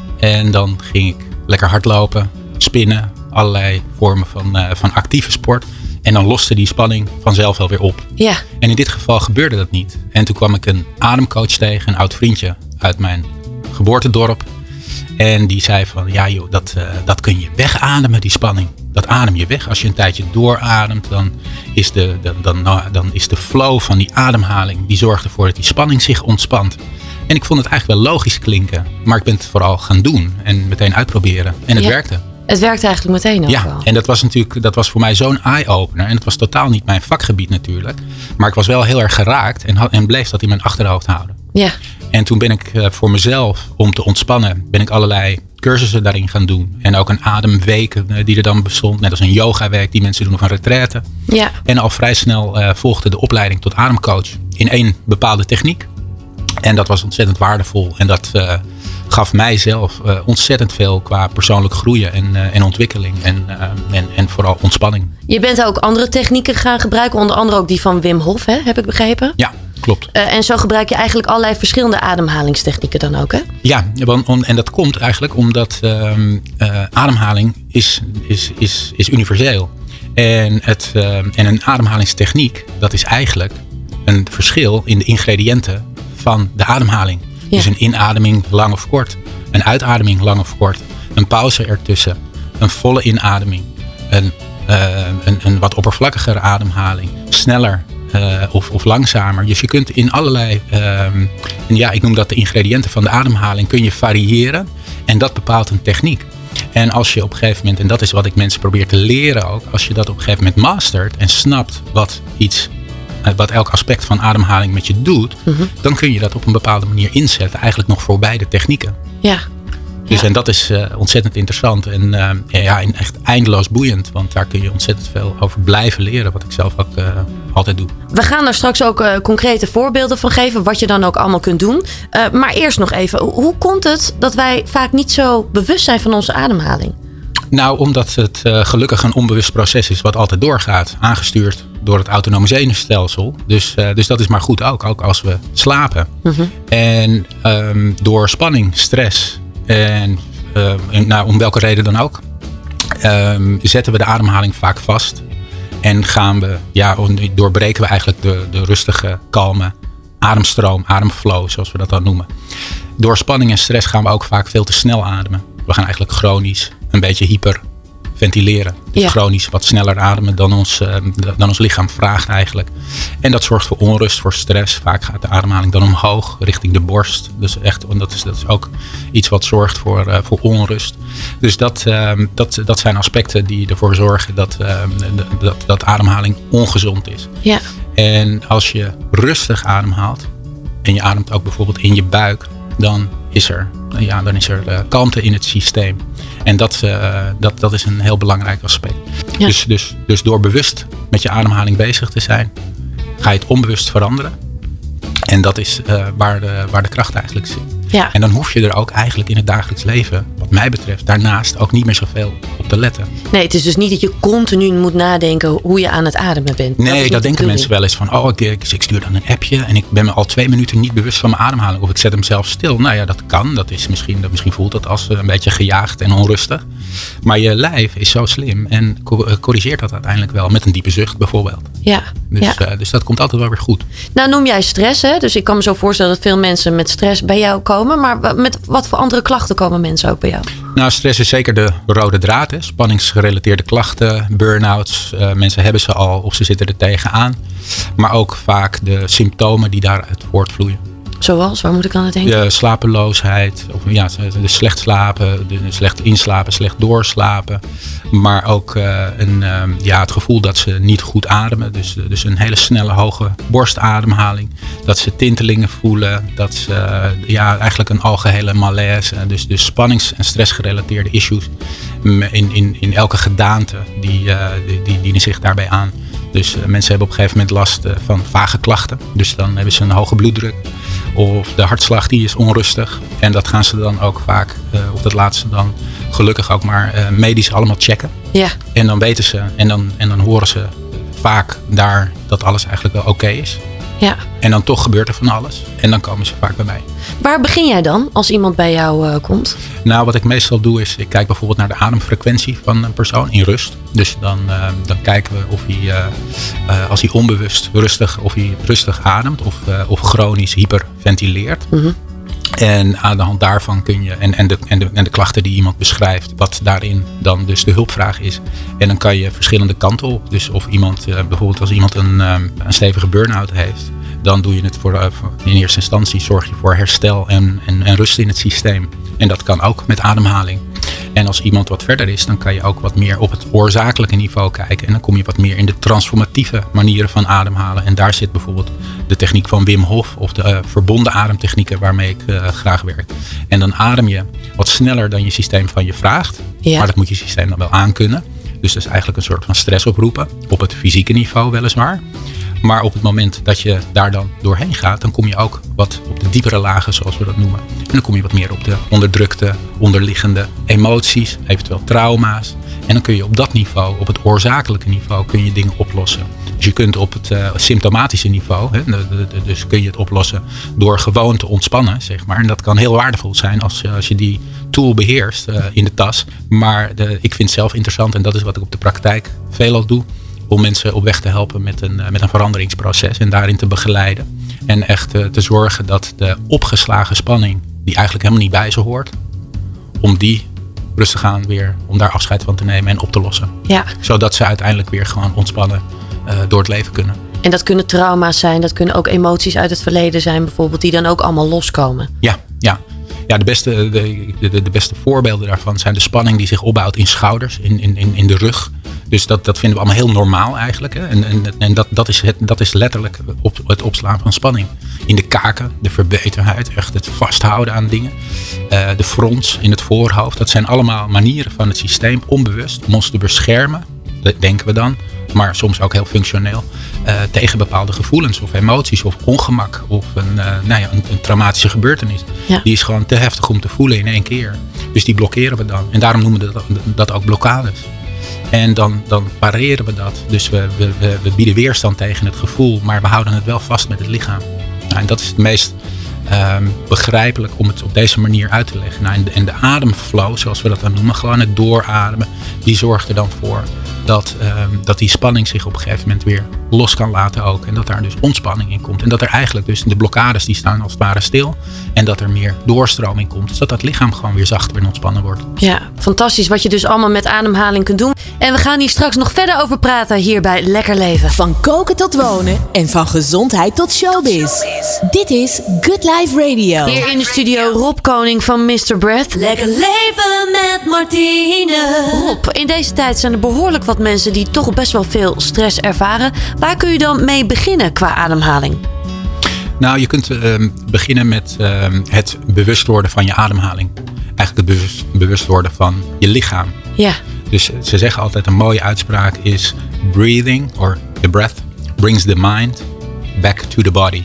En dan ging ik lekker hardlopen, spinnen. Allerlei vormen van, uh, van actieve sport. En dan loste die spanning vanzelf wel weer op. Ja. En in dit geval gebeurde dat niet. En toen kwam ik een ademcoach tegen, een oud vriendje uit mijn geboortedorp. En die zei van, ja joh, dat, uh, dat kun je wegademen, die spanning. Dat adem je weg. Als je een tijdje doorademt, dan is de, dan, dan, nou, dan is de flow van die ademhaling, die zorgt ervoor dat die spanning zich ontspant. En ik vond het eigenlijk wel logisch klinken. Maar ik ben het vooral gaan doen en meteen uitproberen. En het ja. werkte. Het werkt eigenlijk meteen ook ja, wel. En dat was natuurlijk, dat was voor mij zo'n eye-opener. En het was totaal niet mijn vakgebied natuurlijk. Maar ik was wel heel erg geraakt en, had, en bleef dat in mijn achterhoofd houden. Ja. En toen ben ik uh, voor mezelf, om te ontspannen, ben ik allerlei cursussen daarin gaan doen. En ook een ademweek uh, die er dan bestond. Net als een yogaweek die mensen doen of een retraite. Ja. En al vrij snel uh, volgde de opleiding tot ademcoach in één bepaalde techniek. En dat was ontzettend waardevol. En dat uh, gaf mijzelf uh, ontzettend veel qua persoonlijk groeien en, uh, en ontwikkeling. En, uh, en, en vooral ontspanning. Je bent ook andere technieken gaan gebruiken. Onder andere ook die van Wim Hof, hè? Heb ik begrepen? Ja, klopt. Uh, en zo gebruik je eigenlijk allerlei verschillende ademhalingstechnieken dan ook, hè? Ja, en dat komt eigenlijk omdat uh, uh, ademhaling is, is, is, is universeel. En, het, uh, en een ademhalingstechniek, dat is eigenlijk een verschil in de ingrediënten van de ademhaling. Ja. Dus een inademing lang of kort. Een uitademing lang of kort. Een pauze ertussen. Een volle inademing. Een, uh, een, een wat oppervlakkigere ademhaling. Sneller uh, of, of langzamer. Dus je kunt in allerlei... Uh, en ja, ik noem dat de ingrediënten van de ademhaling. Kun je variëren. En dat bepaalt een techniek. En als je op een gegeven moment... En dat is wat ik mensen probeer te leren ook. Als je dat op een gegeven moment mastert. En snapt wat iets... wat elk aspect van ademhaling met je doet, mm-hmm. dan kun je dat op een bepaalde manier inzetten. Eigenlijk nog voor beide technieken. Ja. Dus ja. en dat is uh, ontzettend interessant en uh, ja, echt eindeloos boeiend. Want daar kun je ontzettend veel over blijven leren. Wat ik zelf ook uh, altijd doe. We gaan daar straks ook uh, concrete voorbeelden van geven. Wat je dan ook allemaal kunt doen. Uh, maar eerst nog even. Hoe komt het dat wij vaak niet zo bewust zijn van onze ademhaling? Nou, omdat het uh, gelukkig een onbewust proces is wat altijd doorgaat. Aangestuurd door het autonome zenuwstelsel. Dus, uh, dus dat is maar goed ook, ook als we slapen. Mm-hmm. En um, door spanning, stress en, uh, en nou, om welke reden dan ook... Um, zetten we de ademhaling vaak vast. En gaan we, ja, doorbreken we eigenlijk de, de rustige, kalme ademstroom, ademflow, zoals we dat dan noemen. Door spanning en stress gaan we ook vaak veel te snel ademen. We gaan eigenlijk chronisch een beetje hyperventileren. Dus ja. chronisch wat sneller ademen dan ons, uh, dan ons lichaam vraagt eigenlijk. En dat zorgt voor onrust, voor stress. Vaak gaat de ademhaling dan omhoog richting de borst. Dus echt, dat is, dat is ook iets wat zorgt voor, uh, voor onrust. Dus dat, uh, dat, dat zijn aspecten die ervoor zorgen dat, uh, dat, dat ademhaling ongezond is. Ja. En als je rustig ademhaalt en je ademt ook bijvoorbeeld in je buik, dan is er, ja, dan is er uh, kalmte in het systeem. En dat, uh, dat, dat is een heel belangrijk aspect. Ja. Dus, dus, dus door bewust met je ademhaling bezig te zijn, ga je het onbewust veranderen. En dat is uh, waar, de, waar de kracht eigenlijk zit. Ja. En dan hoef je er ook eigenlijk in het dagelijks leven, wat mij betreft, daarnaast ook niet meer zoveel op te letten. Nee, het is dus niet dat je continu moet nadenken hoe je aan het ademen bent. Nee, dat, dat denken mensen wel eens van, oh, ik, ik stuur dan een appje en ik ben me al twee minuten niet bewust van mijn ademhaling. Of ik zet hem zelf stil. Nou ja, dat kan. Dat is misschien, dat misschien voelt dat als een beetje gejaagd en onrustig. Maar je lijf is zo slim en corrigeert dat uiteindelijk wel met een diepe zucht bijvoorbeeld. Ja. Dus, ja. Uh, dus dat komt altijd wel weer goed. Nou, noem jij stress, hè? Dus ik kan me zo voorstellen dat veel mensen met stress bij jou komen. komen. Maar met wat voor andere klachten komen mensen ook bij jou? Nou, stress is zeker de rode draad. Hè. Spanningsgerelateerde klachten, burn-outs. Uh, mensen hebben ze al of ze zitten er tegenaan. Maar ook vaak de symptomen die daaruit voortvloeien. Zoals? Waar moet ik aan het denken? De slapeloosheid, of ja, de slecht slapen, de slecht inslapen, slecht doorslapen. Maar ook uh, een, uh, ja, het gevoel dat ze niet goed ademen. Dus, dus een hele snelle, hoge borstademhaling. Dat ze tintelingen voelen. Dat ze uh, ja, eigenlijk een algehele malaise. Dus, dus spannings- en stressgerelateerde issues in, in, in elke gedaante die, uh, die, die dienen zich daarbij aan. Dus uh, mensen hebben op een gegeven moment last uh, van vage klachten. Dus dan hebben ze een hoge bloeddruk. Of de hartslag die is onrustig. En dat gaan ze dan ook vaak, uh, of dat laten ze dan gelukkig ook maar uh, medisch allemaal checken. Ja. En dan weten ze, en dan, en dan horen ze vaak daar dat alles eigenlijk wel oké okay is. Ja. En dan toch gebeurt er van alles. En dan komen ze vaak bij mij. Waar begin jij dan als iemand bij jou uh, komt? Nou, wat ik meestal doe is, ik kijk bijvoorbeeld naar de ademfrequentie van een persoon in rust. Dus dan, uh, dan kijken we of hij, uh, uh, als hij onbewust rustig, of hij rustig ademt of, uh, of chronisch hyperventileert. Mm-hmm. En aan de hand daarvan kun je, en, en, de, en, de, en de klachten die iemand beschrijft, wat daarin dan dus de hulpvraag is. En dan kan je verschillende kanten op. Dus of iemand, uh, bijvoorbeeld als iemand een, uh, een stevige burn-out heeft, dan doe je het voor, uh, voor, in eerste instantie zorg je voor herstel en, en, en rust in het systeem. En dat kan ook met ademhaling. En als iemand wat verder is, dan kan je ook wat meer op het oorzakelijke niveau kijken. En dan kom je wat meer in de transformatieve manieren van ademhalen. En daar zit bijvoorbeeld de techniek van Wim Hof of de uh, verbonden ademtechnieken waarmee ik uh, graag werk. En dan adem je wat sneller dan je systeem van je vraagt. Ja. Maar dat moet je systeem dan wel aankunnen. Dus dat is eigenlijk een soort van stress oproepen. Op het fysieke niveau weliswaar. Maar op het moment dat je daar dan doorheen gaat, dan kom je ook wat op de diepere lagen, zoals we dat noemen. En dan kom je wat meer op de onderdrukte, onderliggende emoties, eventueel trauma's. En dan kun je op dat niveau, op het oorzakelijke niveau, kun je dingen oplossen. Dus je kunt op het uh, symptomatische niveau, hè, de, de, de, dus kun je het oplossen door gewoon te ontspannen, zeg maar. En dat kan heel waardevol zijn als, als je die tool beheerst uh, in de tas. Maar de, ik vind het zelf interessant, en dat is wat ik op de praktijk veelal doe, om mensen op weg te helpen met een, met een veranderingsproces en daarin te begeleiden. En echt uh, te zorgen dat de opgeslagen spanning, die eigenlijk helemaal niet bij ze hoort, om die rustig aan weer, om daar afscheid van te nemen en op te lossen. Ja. Zodat ze uiteindelijk weer gewoon ontspannen uh, door het leven kunnen. En dat kunnen trauma's zijn, dat kunnen ook emoties uit het verleden zijn bijvoorbeeld, die dan ook allemaal loskomen. Ja, ja. Ja, de beste, de, de, de beste voorbeelden daarvan zijn de spanning die zich opbouwt in schouders, in, in, in de rug. Dus dat, dat vinden we allemaal heel normaal eigenlijk. Hè? En, en, en dat, dat, is het, dat is letterlijk op, het opslaan van spanning. In de kaken, de verbeterheid, echt het vasthouden aan dingen. Uh, de frons in het voorhoofd. Dat zijn allemaal manieren van het systeem, onbewust, om ons te beschermen. Dat denken we dan. Maar soms ook heel functioneel. Uh, tegen bepaalde gevoelens of emoties of ongemak. Of een, uh, nou ja, een, een traumatische gebeurtenis. Ja. Die is gewoon te heftig om te voelen in één keer. Dus die blokkeren we dan. En daarom noemen we dat, dat ook blokkades. En dan, dan pareren we dat. Dus we, we, we bieden weerstand tegen het gevoel. Maar we houden het wel vast met het lichaam. Nou, en dat is het meest uh, begrijpelijk om het op deze manier uit te leggen. Nou, en, de, en de ademflow, zoals we dat dan noemen. Gewoon het doorademen. Die zorgt er dan voor dat, uh, dat die spanning zich op een gegeven moment weer los kan laten ook. En dat daar dus ontspanning in komt. En dat er eigenlijk dus de blokkades die staan als het ware stil. En dat er meer doorstroming komt. Dus dat dat lichaam gewoon weer zachter en ontspannen wordt. Ja, fantastisch wat je dus allemaal met ademhaling kunt doen. En we gaan hier straks nog verder over praten hier bij Lekker Leven. Van koken tot wonen en van gezondheid tot showbiz. Dit is Good Life Radio. Hier in de studio Rob Koning van mister Breath. Lekker leven met Martine. Rob, in deze tijd zijn er behoorlijk wat mensen die toch best wel veel stress ervaren. Waar kun je dan mee beginnen qua ademhaling? Nou, je kunt uh, beginnen met uh, het bewust worden van je ademhaling. Eigenlijk het bewust, bewust worden van je lichaam. Ja. Dus ze zeggen altijd, een mooie uitspraak is breathing, or the breath, brings the mind back to the body.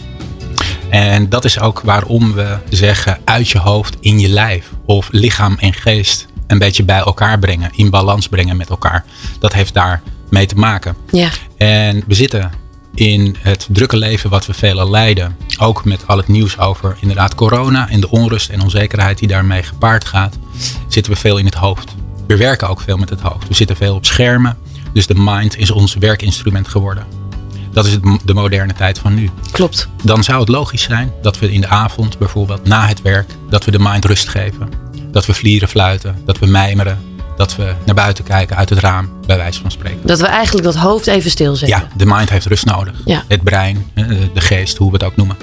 En dat is ook waarom we zeggen uit je hoofd in je lijf. Of lichaam en geest een beetje bij elkaar brengen, in balans brengen met elkaar. Dat heeft daar mee te maken. Ja. En we zitten in het drukke leven wat we veelal leiden. Ook met al het nieuws over inderdaad corona en de onrust en onzekerheid die daarmee gepaard gaat. Zitten we veel in het hoofd. We werken ook veel met het hoofd. We zitten veel op schermen. Dus de mind is ons werkinstrument geworden. Dat is het, de moderne tijd van nu. Klopt. Dan zou het logisch zijn dat we in de avond bijvoorbeeld na het werk, dat we de mind rust geven. Dat we vlieren fluiten, dat we mijmeren. Dat we naar buiten kijken uit het raam, bij wijze van spreken. Dat we eigenlijk dat hoofd even stilzetten. Ja, de mind heeft rust nodig. Ja. Het brein, de geest, hoe we het ook noemen.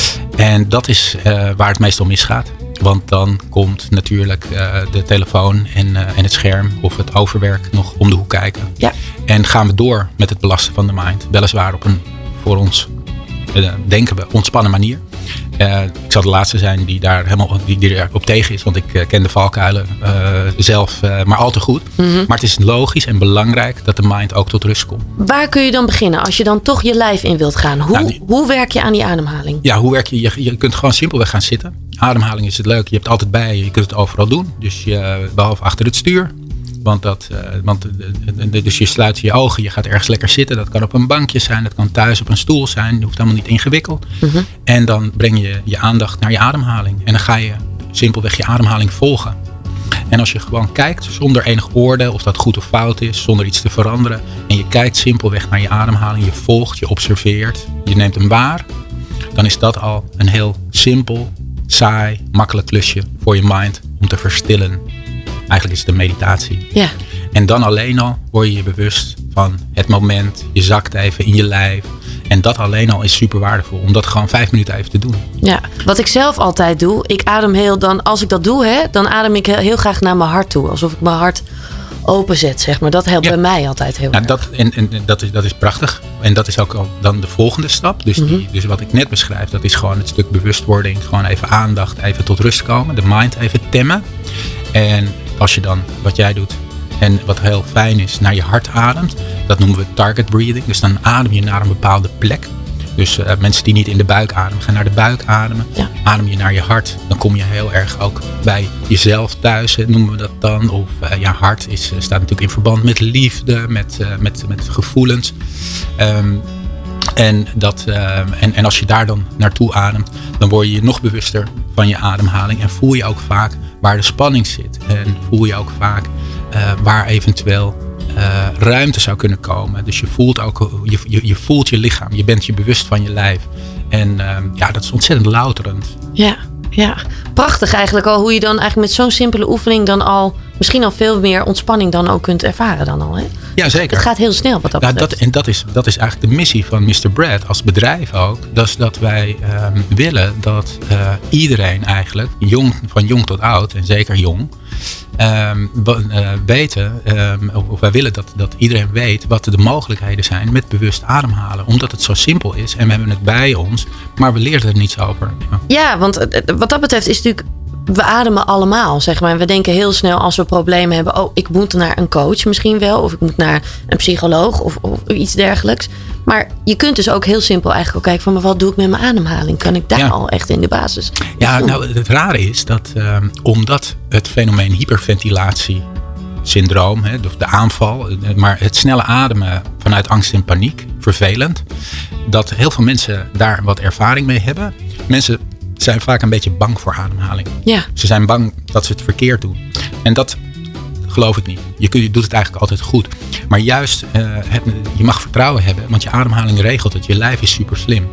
En dat is uh, waar het meestal misgaat. Want dan komt natuurlijk uh, de telefoon en, uh, en het scherm of het overwerk nog om de hoek kijken. Ja. En gaan we door met het belasten van de mind. Weliswaar op een voor ons, uh, denken we, ontspannen manier. Uh, ik zal de laatste zijn die daar helemaal die, die er op tegen is. Want ik uh, ken de valkuilen uh, zelf uh, maar al te goed. Mm-hmm. Maar het is logisch en belangrijk dat de mind ook tot rust komt. Waar kun je dan beginnen als je dan toch je lijf in wilt gaan? Hoe, nou, die, hoe werk je aan die ademhaling? Ja, hoe werk je? je? Je kunt gewoon simpelweg gaan zitten. Ademhaling is het leuk. Je hebt het altijd bij je. Je kunt het overal doen. Dus je, behalve achter het stuur. Want dat, uh, want, uh, dus je sluit je ogen, je gaat ergens lekker zitten. Dat kan op een bankje zijn, dat kan thuis op een stoel zijn. Dat hoeft helemaal niet ingewikkeld. Mm-hmm. En dan breng je je aandacht naar je ademhaling. En dan ga je simpelweg je ademhaling volgen. En als je gewoon kijkt zonder enig oordeel of dat goed of fout is, zonder iets te veranderen. En je kijkt simpelweg naar je ademhaling, je volgt, je observeert, je neemt hem waar. Dan is dat al een heel simpel, saai, makkelijk klusje voor je mind om te verstillen. Eigenlijk is het een meditatie. Ja. En dan alleen al word je je bewust van het moment. Je zakt even in je lijf. En dat alleen al is super waardevol. Om dat gewoon vijf minuten even te doen. Ja, wat ik zelf altijd doe. Ik adem heel dan, als ik dat doe, hè, dan adem ik heel, heel graag naar mijn hart toe. Alsof ik mijn hart openzet, zeg maar. Dat helpt ja. bij mij altijd heel nou, erg. Dat, en, en dat, is, dat is prachtig. En dat is ook al dan de volgende stap. Dus, mm-hmm. die, dus wat ik net beschrijf, dat is gewoon het stuk bewustwording. Gewoon even aandacht, even tot rust komen. De mind even temmen. En als je dan, wat jij doet, en wat heel fijn is, naar je hart ademt. Dat noemen we target breathing. Dus dan adem je naar een bepaalde plek. Dus uh, mensen die niet in de buik ademen, gaan naar de buik ademen. Ja. Adem je naar je hart. Dan kom je heel erg ook bij jezelf thuis, hè, noemen we dat dan. Of uh, ja, hart is, staat natuurlijk in verband met liefde, met, uh, met, met gevoelens. Um, En, dat, uh, en, en als je daar dan naartoe ademt, dan word je je nog bewuster van je ademhaling. En voel je ook vaak waar de spanning zit. En voel je ook vaak uh, waar eventueel uh, ruimte zou kunnen komen. Dus je voelt ook, je, je, je voelt je lichaam. Je bent je bewust van je lijf. En uh, ja, dat is ontzettend louterend. Ja, ja, prachtig eigenlijk al hoe je dan eigenlijk met zo'n simpele oefening dan al misschien al veel meer ontspanning dan ook kunt ervaren dan al. Hè? Ja, zeker. Het gaat heel snel wat dat nou, betreft. Dat, en dat is, dat is eigenlijk de missie van mister Brad als bedrijf ook. Dat is dat wij um, willen dat uh, iedereen eigenlijk, jong, van jong tot oud en zeker jong, um, uh, weten, um, of wij willen dat, dat iedereen weet wat de mogelijkheden zijn met bewust ademhalen. Omdat het zo simpel is en we hebben het bij ons, maar we leren er niets over. Ja, ja want wat dat betreft is natuurlijk, we ademen allemaal, zeg maar. En we denken heel snel als we problemen hebben, oh, ik moet naar een coach misschien wel. Of ik moet naar een psycholoog of, of iets dergelijks. Maar je kunt dus ook heel simpel eigenlijk ook kijken van, maar wat doe ik met mijn ademhaling? Kan ik daar ja. al echt in de basis? Ja, doen? Nou, het rare is dat uh, omdat het fenomeen hyperventilatie syndroom, hè, de aanval, maar het snelle ademen vanuit angst en paniek, vervelend, dat heel veel mensen daar wat ervaring mee hebben. Mensen zijn vaak een beetje bang voor ademhaling. Ja. Ze zijn bang dat ze het verkeerd doen. En dat geloof ik niet. Je, kunt, je doet het eigenlijk altijd goed. Maar juist, uh, het, je mag vertrouwen hebben, want je ademhaling regelt het. Je lijf is super slim.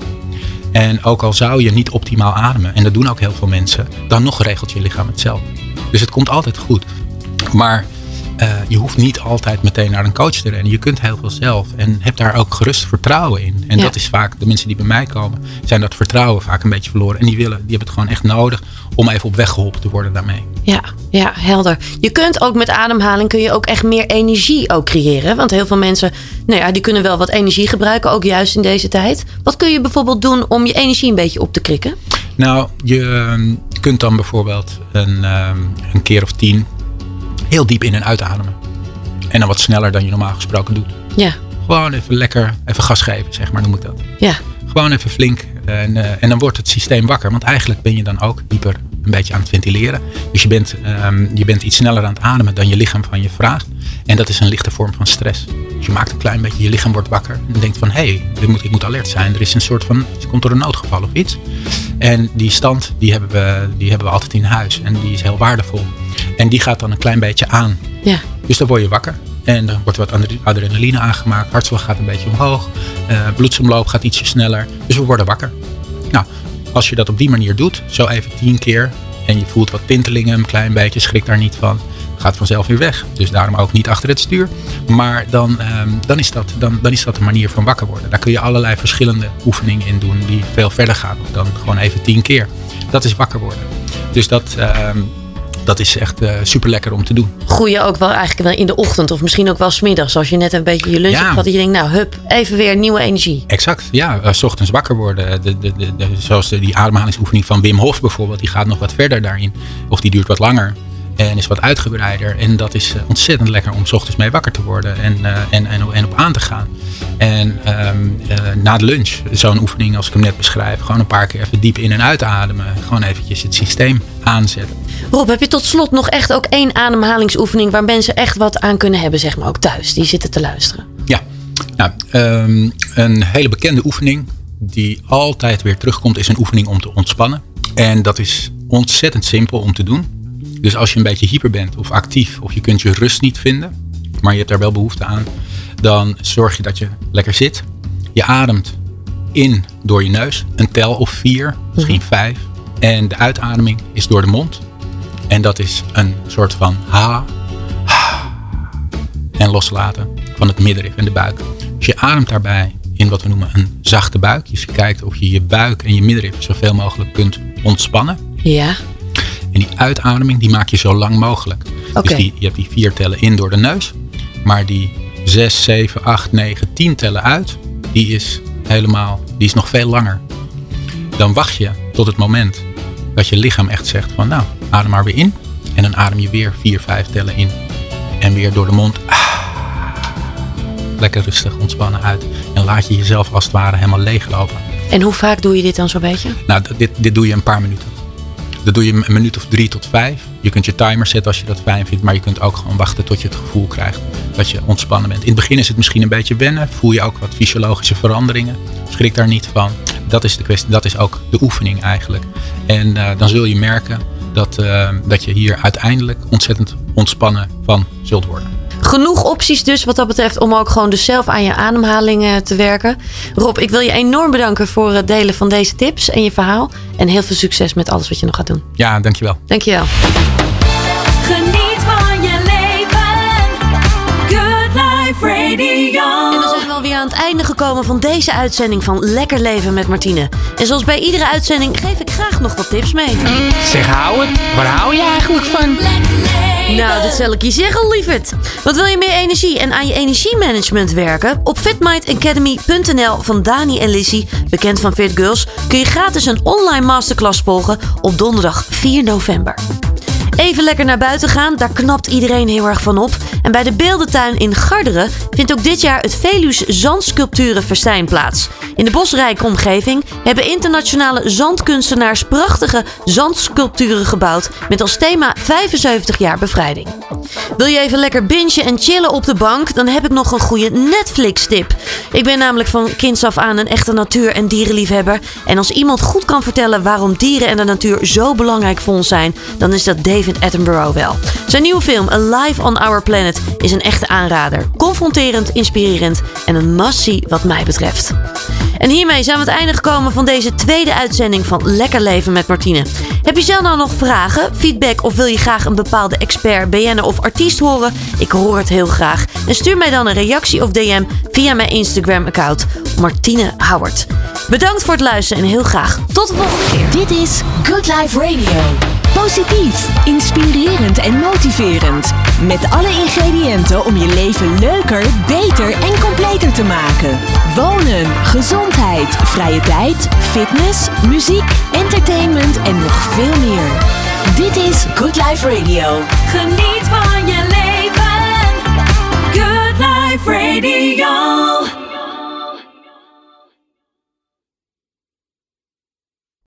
En ook al zou je niet optimaal ademen, en dat doen ook heel veel mensen, dan nog regelt je lichaam het zelf. Dus het komt altijd goed. Maar uh, je hoeft niet altijd meteen naar een coach te rennen. Je kunt heel veel zelf en heb daar ook gerust vertrouwen in. En ja. dat is vaak, de mensen die bij mij komen, zijn dat vertrouwen vaak een beetje verloren. En die willen, die hebben het gewoon echt nodig om even op weg geholpen te worden daarmee. Ja, ja, helder. Je kunt ook met ademhaling kun je ook echt meer energie ook creëren. Want heel veel mensen, nou ja, die kunnen wel wat energie gebruiken, ook juist in deze tijd. Wat kun je bijvoorbeeld doen om je energie een beetje op te krikken? Nou, je uh, kunt dan bijvoorbeeld een, uh, een keer of tien heel diep in en uitademen. En dan wat sneller dan je normaal gesproken doet. Ja. Gewoon even lekker, even gas geven, zeg maar, noem ik dat. Ja. Gewoon even flink. En, uh, en dan wordt het systeem wakker. Want eigenlijk ben je dan ook dieper een beetje aan het ventileren. Dus je bent, um, je bent iets sneller aan het ademen dan je lichaam van je vraagt. En dat is een lichte vorm van stress. Dus je maakt een klein beetje, je lichaam wordt wakker. En denkt van, hé, hey, moet, ik moet alert zijn. Er is een soort van, er komt er een noodgeval of iets. En die stand, die hebben, we, die hebben we altijd in huis. En die is heel waardevol. En die gaat dan een klein beetje aan. Ja. Dus dan word je wakker. En er wordt wat adrenaline aangemaakt. Hartslag gaat een beetje omhoog. Uh, bloedsomloop gaat ietsje sneller. Dus we worden wakker. Nou, als je dat op die manier doet, zo even tien keer. En je voelt wat tintelingen, een klein beetje, schrik daar niet van. Gaat vanzelf weer weg. Dus daarom ook niet achter het stuur. Maar dan, um, dan, is dat, dan, dan is dat een manier van wakker worden. Daar kun je allerlei verschillende oefeningen in doen die veel verder gaan dan gewoon even tien keer. Dat is wakker worden. Dus dat, um, dat is echt uh, super lekker om te doen. Goeie ook wel eigenlijk wel in de ochtend of misschien ook wel 's middags. Als je net een beetje je lunch ja. hebt gehad. Dat je denkt, nou hup, even weer nieuwe energie. Exact, ja. Uh, 's ochtends wakker worden. De, de, de, de, zoals de, die ademhalingsoefening van Wim Hof bijvoorbeeld. Die gaat nog wat verder daarin. Of die duurt wat langer. En is wat uitgebreider. En dat is ontzettend lekker om 's ochtends mee wakker te worden. En, uh, en, en, en op aan te gaan. En um, uh, na de lunch, zo'n oefening als ik hem net beschrijf. Gewoon een paar keer even diep in- en uitademen. Gewoon eventjes het systeem aanzetten. Rob, heb je tot slot nog echt ook één ademhalingsoefening waar mensen echt wat aan kunnen hebben, zeg maar ook thuis, die zitten te luisteren? Ja, nou, um, een hele bekende oefening die altijd weer terugkomt is een oefening om te ontspannen. En dat is ontzettend simpel om te doen. Dus als je een beetje hyper bent of actief of je kunt je rust niet vinden, maar je hebt daar wel behoefte aan, dan zorg je dat je lekker zit. Je ademt in door je neus, een tel of vier, misschien vijf. En de uitademing is door de mond. En dat is een soort van ha, ha en loslaten van het middenrif en de buik. Dus je ademt daarbij in wat we noemen een zachte buik. Dus je kijkt of je je buik en je middenrif zoveel mogelijk kunt ontspannen. Ja. En die uitademing die maak je zo lang mogelijk. Okay. Dus die, je hebt die vier tellen in door de neus. Maar die zes, zeven, acht, negen, tien tellen uit, die is helemaal, die is nog veel langer. Dan wacht je tot het moment dat je lichaam echt zegt van nou, adem maar weer in. En dan adem je weer vier, vijf tellen in. En weer door de mond. Ah, lekker rustig ontspannen uit. En laat je jezelf als het ware helemaal leeglopen. En hoe vaak doe je dit dan zo'n beetje? Nou, dit, dit doe je een paar minuten. Dat doe je een minuut of drie tot vijf. Je kunt je timer zetten als je dat fijn vindt. Maar je kunt ook gewoon wachten tot je het gevoel krijgt dat je ontspannen bent. In het begin is het misschien een beetje wennen. Voel je ook wat fysiologische veranderingen. Schrik daar niet van. Dat is de kwestie. Dat is ook de oefening eigenlijk. En uh, dan zul je merken dat, uh, dat je hier uiteindelijk ontzettend ontspannen van zult worden. Genoeg opties dus wat dat betreft om ook gewoon dus zelf aan je ademhaling te werken. Rob, ik wil je enorm bedanken voor het delen van deze tips en je verhaal. En heel veel succes met alles wat je nog gaat doen. Ja, dankjewel. Dankjewel. Geniet van je leven. Good Life Radio. En dan zijn we alweer aan het einde gekomen van deze uitzending van Lekker Leven met Martine. En zoals bij iedere uitzending geef ik graag nog wat tips mee. Zeg, hou het. Waar hou je eigenlijk van? Nou, dat zal ik je zeggen, lieverd. Wat wil je meer energie en aan je energiemanagement werken? Op fitmind academy punt n l van Dani en Lissy, bekend van Fit Girls, kun je gratis een online masterclass volgen op donderdag vier november. Even lekker naar buiten gaan, daar knapt iedereen heel erg van op. En bij de Beeldentuin in Garderen vindt ook dit jaar het Veluws Zandsculpturenfestijn plaats. In de bosrijke omgeving hebben internationale zandkunstenaars prachtige zandsculpturen gebouwd met als thema vijfenzeventig jaar bevrijding. Wil je even lekker bingen en chillen op de bank? Dan heb ik nog een goede Netflix-tip. Ik ben namelijk van kinds af aan een echte natuur- en dierenliefhebber. En als iemand goed kan vertellen waarom dieren en de natuur zo belangrijk voor ons zijn, dan is dat David Attenborough wel. Zijn nieuwe film Alive on Our Planet is een echte aanrader. Confronterend, inspirerend en een must-see wat mij betreft. En hiermee zijn we aan het einde gekomen van deze tweede uitzending van Lekker Leven met Martine. Heb je zelf nou nog vragen, feedback of wil je graag een bepaalde expert, B N'er of artiest horen? Ik hoor het heel graag. En stuur mij dan een reactie of D M via mijn Instagram-account Martine Howard. Bedankt voor het luisteren en heel graag tot de volgende keer. Dit is Good Life Radio. Positief, inspirerend en motiverend. Met alle ingrediënten om je leven leuker, beter en completer te maken. Wonen, gezondheid, vrije tijd, fitness, muziek, entertainment en nog veel meer. Dit is Good Life Radio. Geniet van je leven. Good Life Radio.